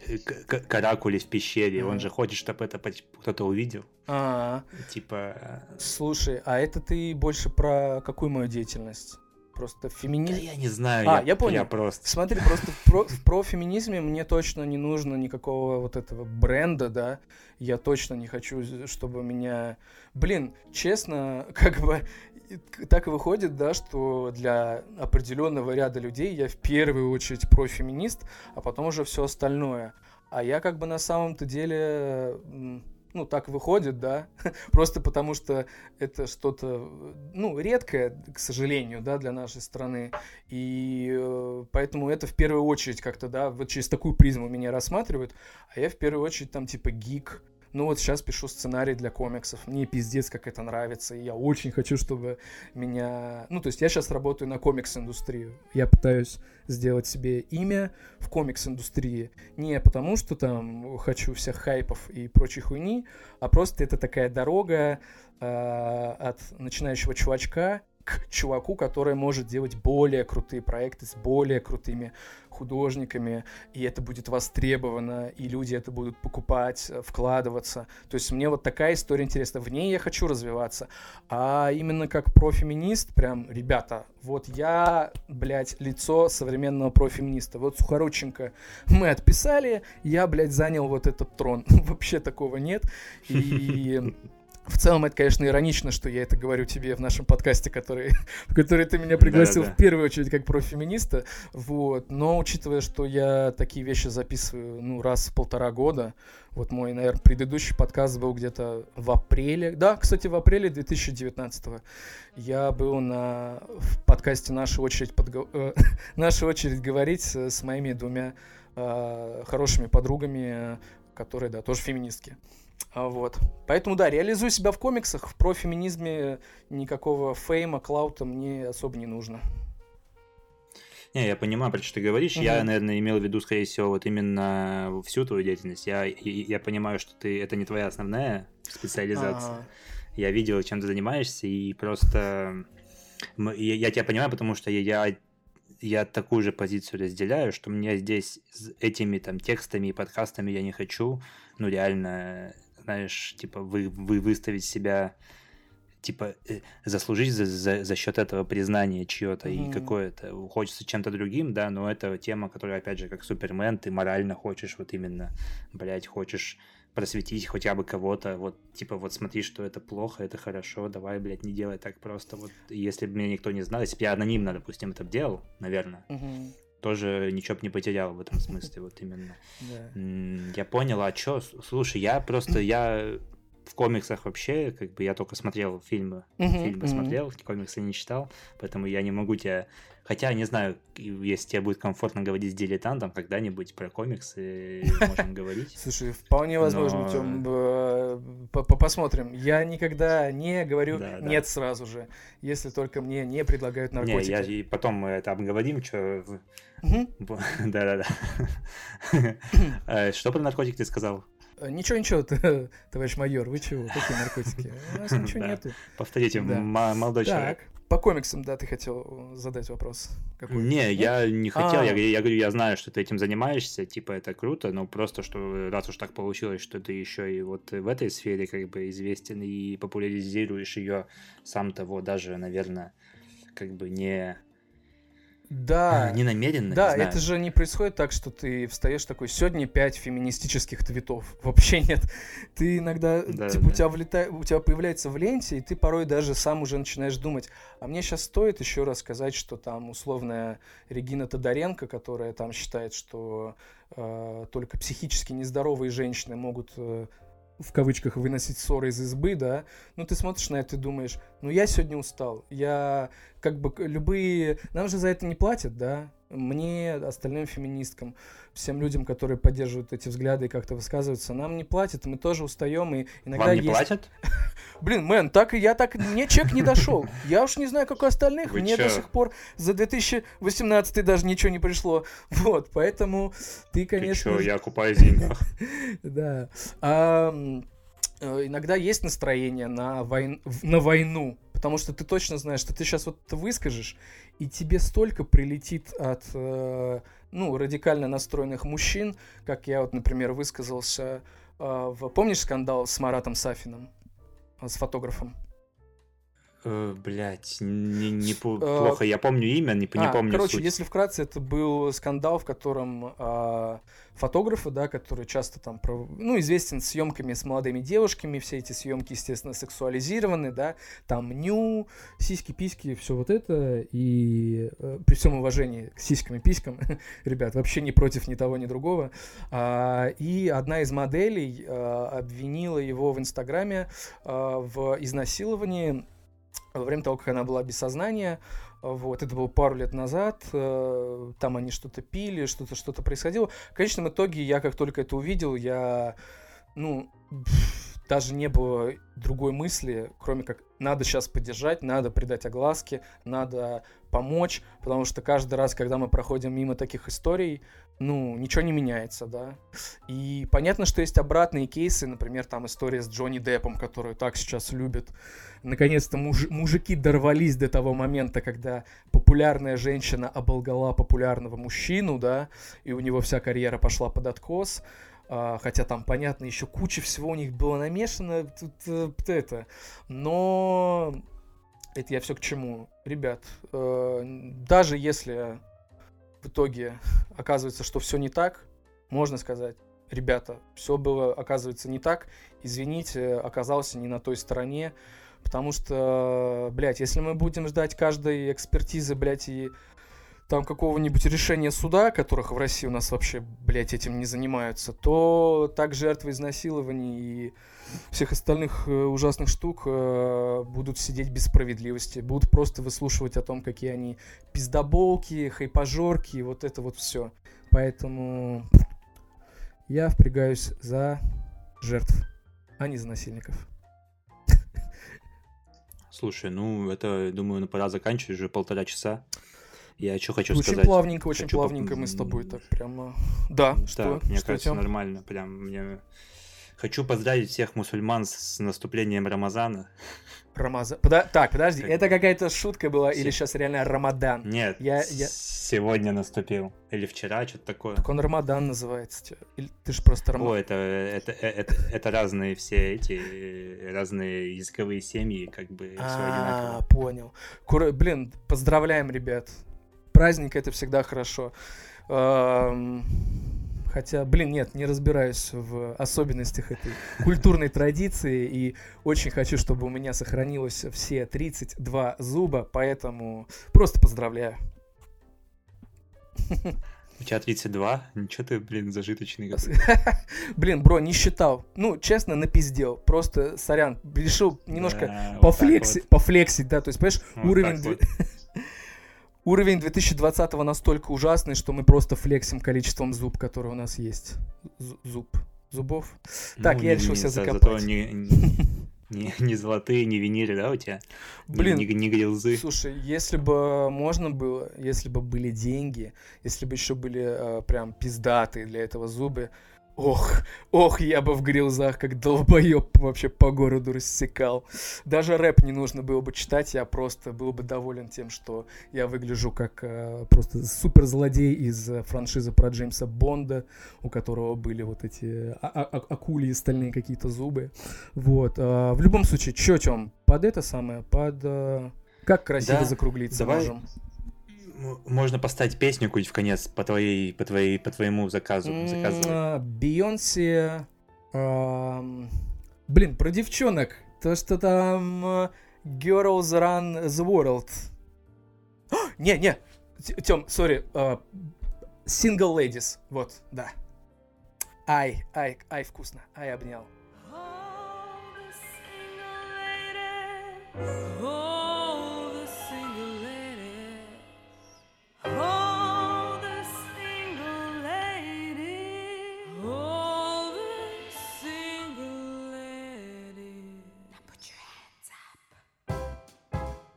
Speaker 1: каракули в пещере, он же хочет, чтобы это кто-то увидел.
Speaker 2: А,
Speaker 1: типа...
Speaker 2: Слушай, а это ты больше про какую мою деятельность? Просто феминизм?
Speaker 1: Да я не знаю,
Speaker 2: а,
Speaker 1: я,
Speaker 2: я понял.
Speaker 1: Я просто...
Speaker 2: Смотри, просто в, про, в профеминизме мне точно не нужно никакого вот этого бренда, да. Я точно не хочу, чтобы меня... Блин, честно, как бы... Так и выходит, да, что для определенного ряда людей я в первую очередь профеминист, а потом уже все остальное. А я как бы на самом-то деле, ну, так выходит, да, просто потому что это что-то, ну, редкое, к сожалению, да, для нашей страны. И э, поэтому это в первую очередь как-то, да, вот через такую призму меня рассматривают, а я в первую очередь там типа гик. Ну вот сейчас пишу сценарий для комиксов, мне пиздец как это нравится, и я очень хочу, чтобы меня... Ну то есть я сейчас работаю на комикс-индустрию, я пытаюсь сделать себе имя в комикс-индустрии, не потому что там хочу всех хайпов и прочей хуйни, а просто это такая дорога э, от начинающего чувачка к чуваку, который может делать более крутые проекты с более крутыми художниками, и это будет востребовано, и люди это будут покупать, вкладываться. То есть мне вот такая история интересна. В ней я хочу развиваться. А именно как профеминист, прям, ребята, вот я, блядь, лицо современного профеминиста. Вот Сухорученко мы отписали, я, блядь, занял вот этот трон. Вообще такого нет. И... В целом, это, конечно, иронично, что я это говорю тебе в нашем подкасте, который, в который ты меня пригласил Да-да-да. в первую очередь как профеминиста. Вот. Но учитывая, что я такие вещи записываю ну, раз в полтора года, вот мой, наверное, предыдущий подкаст был где-то в апреле. Да, кстати, в апреле две тысячи девятнадцатого я был на, в подкасте «Наша очередь, подго... э, «Наша очередь говорить» с, с моими двумя э, хорошими подругами, которые, да, тоже феминистки. Вот. Поэтому, да, реализую себя в комиксах, в профеминизме никакого фейма, клаута мне особо не нужно.
Speaker 1: Не, я понимаю, про что ты говоришь. Uh-huh. Я, наверное, имел в виду, скорее всего, вот именно всю твою деятельность. Я, я понимаю, что ты это не твоя основная специализация. Uh-huh. Я видел, чем ты занимаешься, и просто я, я тебя понимаю, потому что я, я такую же позицию разделяю, что мне здесь с этими там текстами и подкастами я не хочу, ну, реально... знаешь, типа, вы, вы выставить себя, типа, э, заслужить за, за, за счет этого признания чьё-то mm-hmm. и какое-то. Хочется чем-то другим, да, но это тема, которая, опять же, как Супермен, ты морально хочешь вот именно, блядь, хочешь просветить хотя бы кого-то, вот, типа, вот смотри, что это плохо, это хорошо, давай, блядь, не делай так просто, вот, если бы меня никто не знал, если бы я анонимно, допустим, это делал, наверное, mm-hmm. тоже ничего бы не потерял в этом смысле, вот именно. Yeah. Я понял, а чё? Слушай, я просто, я в комиксах вообще, как бы я только смотрел фильмы,
Speaker 2: Мгм,
Speaker 1: фильмы
Speaker 2: мгм.
Speaker 1: смотрел, комиксы не читал, поэтому я не могу тебя... Хотя, не знаю, если тебе будет комфортно говорить с дилетантом, когда-нибудь про комиксы можем говорить.
Speaker 2: Слушай, вполне возможно,
Speaker 1: Но...
Speaker 2: Тём, э, по- по- посмотрим. Я никогда не говорю
Speaker 1: Да, да.
Speaker 2: нет сразу же, если только мне не предлагают
Speaker 1: Не, я
Speaker 2: наркотики.
Speaker 1: и потом мы это обговорим, что...
Speaker 2: Мгм.
Speaker 1: Да-да-да. Э, Что про наркотик ты сказал?
Speaker 2: Э, Ничего, ничего, т- товарищ майор, вы чего? Какие наркотики? У нас ничего
Speaker 1: Да.
Speaker 2: нету.
Speaker 1: Повторите,
Speaker 2: Да.
Speaker 1: м- молодой человек.
Speaker 2: Так, по комиксам, да, ты хотел задать вопрос. Какой?
Speaker 1: Не,
Speaker 2: Нет?
Speaker 1: я не хотел, я,
Speaker 2: А.
Speaker 1: говорю- я говорю, я знаю, что ты этим занимаешься, типа это круто, но просто, что раз уж так получилось, что ты еще и вот в этой сфере как бы известен и популяризируешь ее, сам того даже, наверное, как бы не,
Speaker 2: Да,
Speaker 1: не намеренно,
Speaker 2: да,
Speaker 1: не знаю.
Speaker 2: это же не происходит так, что ты встаешь такой, сегодня пять феминистических твитов. Вообще нет. Ты иногда,
Speaker 1: Да,
Speaker 2: типа, у
Speaker 1: да.
Speaker 2: тебя, влета- у тебя появляется в ленте, и ты порой даже сам уже начинаешь думать, а мне сейчас стоит еще раз сказать, что там условная Регина Тодоренко, которая там считает, что э, только психически нездоровые женщины могут... э, в кавычках выносить ссоры из избы, да, ну ты смотришь на это и думаешь, ну я сегодня устал, я как бы к- любые, нам же за это не платят, да, мне, остальным феминисткам, всем людям, которые поддерживают эти взгляды и как-то высказываются, нам не платят, мы тоже устаем, и иногда
Speaker 1: Вам не
Speaker 2: есть...
Speaker 1: платят?
Speaker 2: Блин, мэн, так и я так, мне чек не дошел. Я уж не знаю, как у остальных,
Speaker 1: Вы
Speaker 2: мне
Speaker 1: чё?
Speaker 2: до сих пор за две тысячи восемнадцатый даже ничего не пришло. Вот, поэтому ты,
Speaker 1: Ты
Speaker 2: конечно...
Speaker 1: чё,
Speaker 2: же-
Speaker 1: я купаюсь в деньгах.
Speaker 2: Да. А, м, э, иногда есть настроение на, войн... в- на войну, потому что ты точно знаешь, что ты сейчас вот это выскажешь, и тебе столько прилетит от э, ну, радикально настроенных мужчин, как я вот, например, высказался э, в... Помнишь скандал с Маратом Сафиным, э, с фотографом?
Speaker 1: Э, Блять, не, не по-
Speaker 2: Э,
Speaker 1: плохо, я помню имя, не, не
Speaker 2: А,
Speaker 1: помню
Speaker 2: короче,
Speaker 1: суть.
Speaker 2: если вкратце, это был скандал, в котором а, фотографы, да, которые часто там, пров- ну, известен съемками с молодыми девушками, все эти съемки, естественно, сексуализированы, да, там ню, сиськи, письки, все вот это, и э, при всем уважении к сиськам и писькам, ребят, вообще не против ни того, ни другого, А, и одна из моделей а, обвинила его в Инстаграме а, в изнасиловании во время того, как она была без сознания. Вот, это было пару лет назад, э, там они что-то пили, что-то что-то происходило. В конечном итоге я, как только это увидел, я, ну, пф, даже не было другой мысли, кроме как надо сейчас поддержать, надо придать огласке, надо помочь, потому что каждый раз, когда мы проходим мимо таких историй, ну, ничего не меняется, да. И понятно, что есть обратные кейсы, например, там история с Джонни Деппом, которую так сейчас любят. Наконец-то муж- мужики дорвались до того момента, когда популярная женщина оболгала популярного мужчину, да, и у него вся карьера пошла под откос. А, хотя там, понятно, еще куча всего у них было намешано, тут э, это. Но это я все к чему. Ребят, э, даже если в итоге оказывается, что все не так, можно сказать, ребята, все было, оказывается, не так, извините, оказался не на той стороне, потому что, блядь, если мы будем ждать каждой экспертизы, блядь, и там какого-нибудь решения суда, которых в России у нас вообще, блядь, этим не занимаются, то так жертвы изнасилований и всех остальных э, ужасных штук э, будут сидеть без справедливости, будут просто выслушивать о том, какие они пиздоболки, хайпажорки, и вот это вот все. Поэтому я впрягаюсь за жертв, а не за насильников.
Speaker 1: Слушай, ну это, думаю, ну, пора заканчивать, уже полтора часа. Я что хочу
Speaker 2: Очень
Speaker 1: сказать.
Speaker 2: плавненько, очень
Speaker 1: Хочу поп-
Speaker 2: плавненько мы с тобой так прямо... Да,
Speaker 1: Да,
Speaker 2: что?
Speaker 1: мне
Speaker 2: Что,
Speaker 1: кажется,
Speaker 2: Тём?
Speaker 1: нормально. Прям мне... Хочу поздравить всех мусульман с наступлением Рамазана.
Speaker 2: Рамазан. Пода- Так, подожди,
Speaker 1: Как
Speaker 2: это
Speaker 1: бы.
Speaker 2: какая-то шутка была или
Speaker 1: Се-
Speaker 2: сейчас реально Рамадан?
Speaker 1: Нет,
Speaker 2: Я- я-
Speaker 1: сегодня наступил. Или вчера, что-то такое.
Speaker 2: Так он Рамадан называется. тё. Или ты же просто
Speaker 1: О,
Speaker 2: Рамадан.
Speaker 1: это, это, это, это разные все эти, э, разные языковые семьи, как бы все
Speaker 2: А,
Speaker 1: одинаково.
Speaker 2: понял. Кура- Блин, поздравляем, ребят. Праздник — это всегда хорошо. Ам, Хотя, блин, нет, не разбираюсь в особенностях этой культурной традиции и очень хочу, чтобы у меня сохранилось все тридцать два зуба, поэтому просто поздравляю.
Speaker 1: У тебя тридцать два? Ничего ты, блин, зажиточный.
Speaker 2: Блин, бро, не считал. Ну, честно, напиздел. Просто, сорян, решил немножко
Speaker 1: Да,
Speaker 2: пофлексить,
Speaker 1: вот
Speaker 2: пофлексить, да, то есть, понимаешь,
Speaker 1: вот
Speaker 2: уровень...
Speaker 1: вот.
Speaker 2: Уровень две тысячи двадцатого настолько ужасный, что мы просто флексим количеством зуб, которые у нас есть. З- зуб. Зубов. Так,
Speaker 1: Ну,
Speaker 2: я
Speaker 1: не,
Speaker 2: решил
Speaker 1: не,
Speaker 2: себя
Speaker 1: за-
Speaker 2: закопать.
Speaker 1: Зато не, не, не золотые, не виниры, да, у тебя?
Speaker 2: Блин,
Speaker 1: Не, не, не грилзы.
Speaker 2: Слушай, если бы можно было, если бы были деньги, если бы еще были э, прям пиздатые для этого зубы, ох, ох, я бы в грилзах как долбоеб вообще по городу рассекал. Даже рэп не нужно было бы читать, я просто был бы доволен тем, что я выгляжу как э, просто суперзлодей из э, франшизы про Джеймса Бонда, у которого были вот эти а- а- акульи стальные какие-то зубы. Вот. э, в любом случае, чё, Тём, под это самое, под... э, как красиво
Speaker 1: Да,
Speaker 2: закруглиться
Speaker 1: давай.
Speaker 2: можем?
Speaker 1: М- Можно поставить песню какую-нибудь в конец по твоей, по твоей, по твоему заказу. Заказывай.
Speaker 2: М, Бейонсе... ам, Блин, про девчонок. То, что там э, Girls Run the World. А, Не, не. Т- Тём, сори. э, Single Ladies. Вот, да. Ай, ай, ай, вкусно. Ай, обнял.
Speaker 3: All the single ladies, all the single ladies, all the single ladies, all the single ladies. Now put your hands up.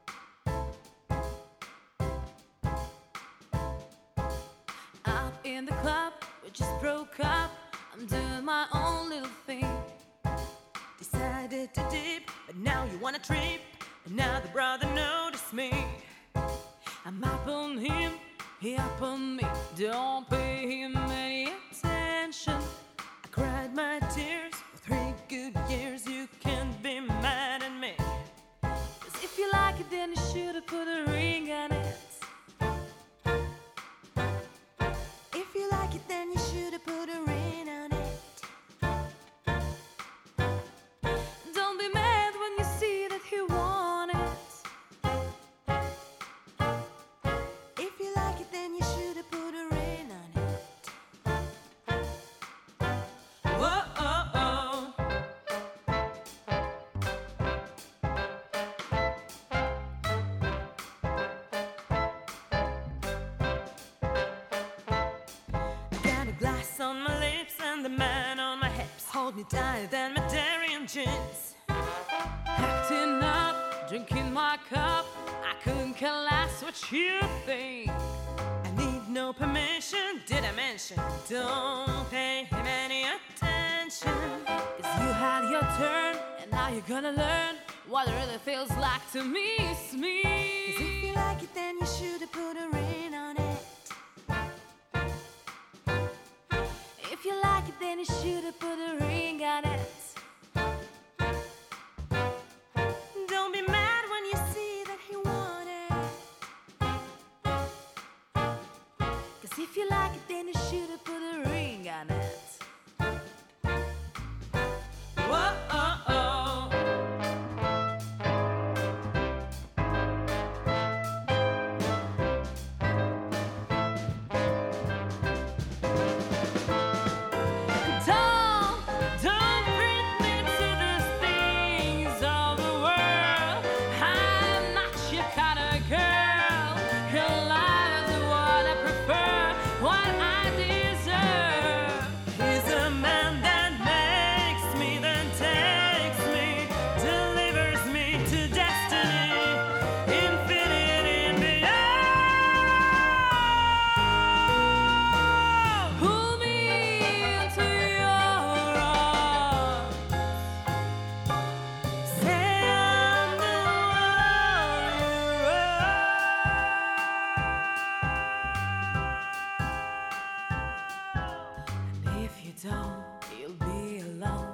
Speaker 3: Out in the club, we just broke up. I'm doing my own little thing. Decided to dip, but now you wanna trip. And now the brother noticed me. I'm up on him, he up on me. Don't pay him any attention. I cried my tears for three good years. You can't be mad at me. 'Cause if you like it, then you should've put a ring on it. If you like it, then you should've put a ring on it. Don't be mad when you see that he want it. If you like it, then you should've put a ring on it. Whoa, oh, oh. Got a glass on my lips and the man on my hips. Hold me tighter than my Darian jeans. Acting up, drinking my cup. I couldn't care less what you think. I need no permission, did I mention? Don't pay him any attention. 'Cause you had your turn, and now you're gonna learn what it really feels like to miss me. 'Cause if you like it, then you should've put a ring on it. If you like it, then you should've put a ring on it. Don't be mad when you see that he want it. 'Cause if you like it, then you should've put a ring on it. Whoa, oh, oh. Don't, don't bring me to the things of the world. I'm not your kind of girl. Your life is what I prefer, what I deserve. He's a man that makes me, then takes me, delivers me to destiny, infinity and beyond. Pull me into your arms. Say I'm the one. If you don't, you'll be alone.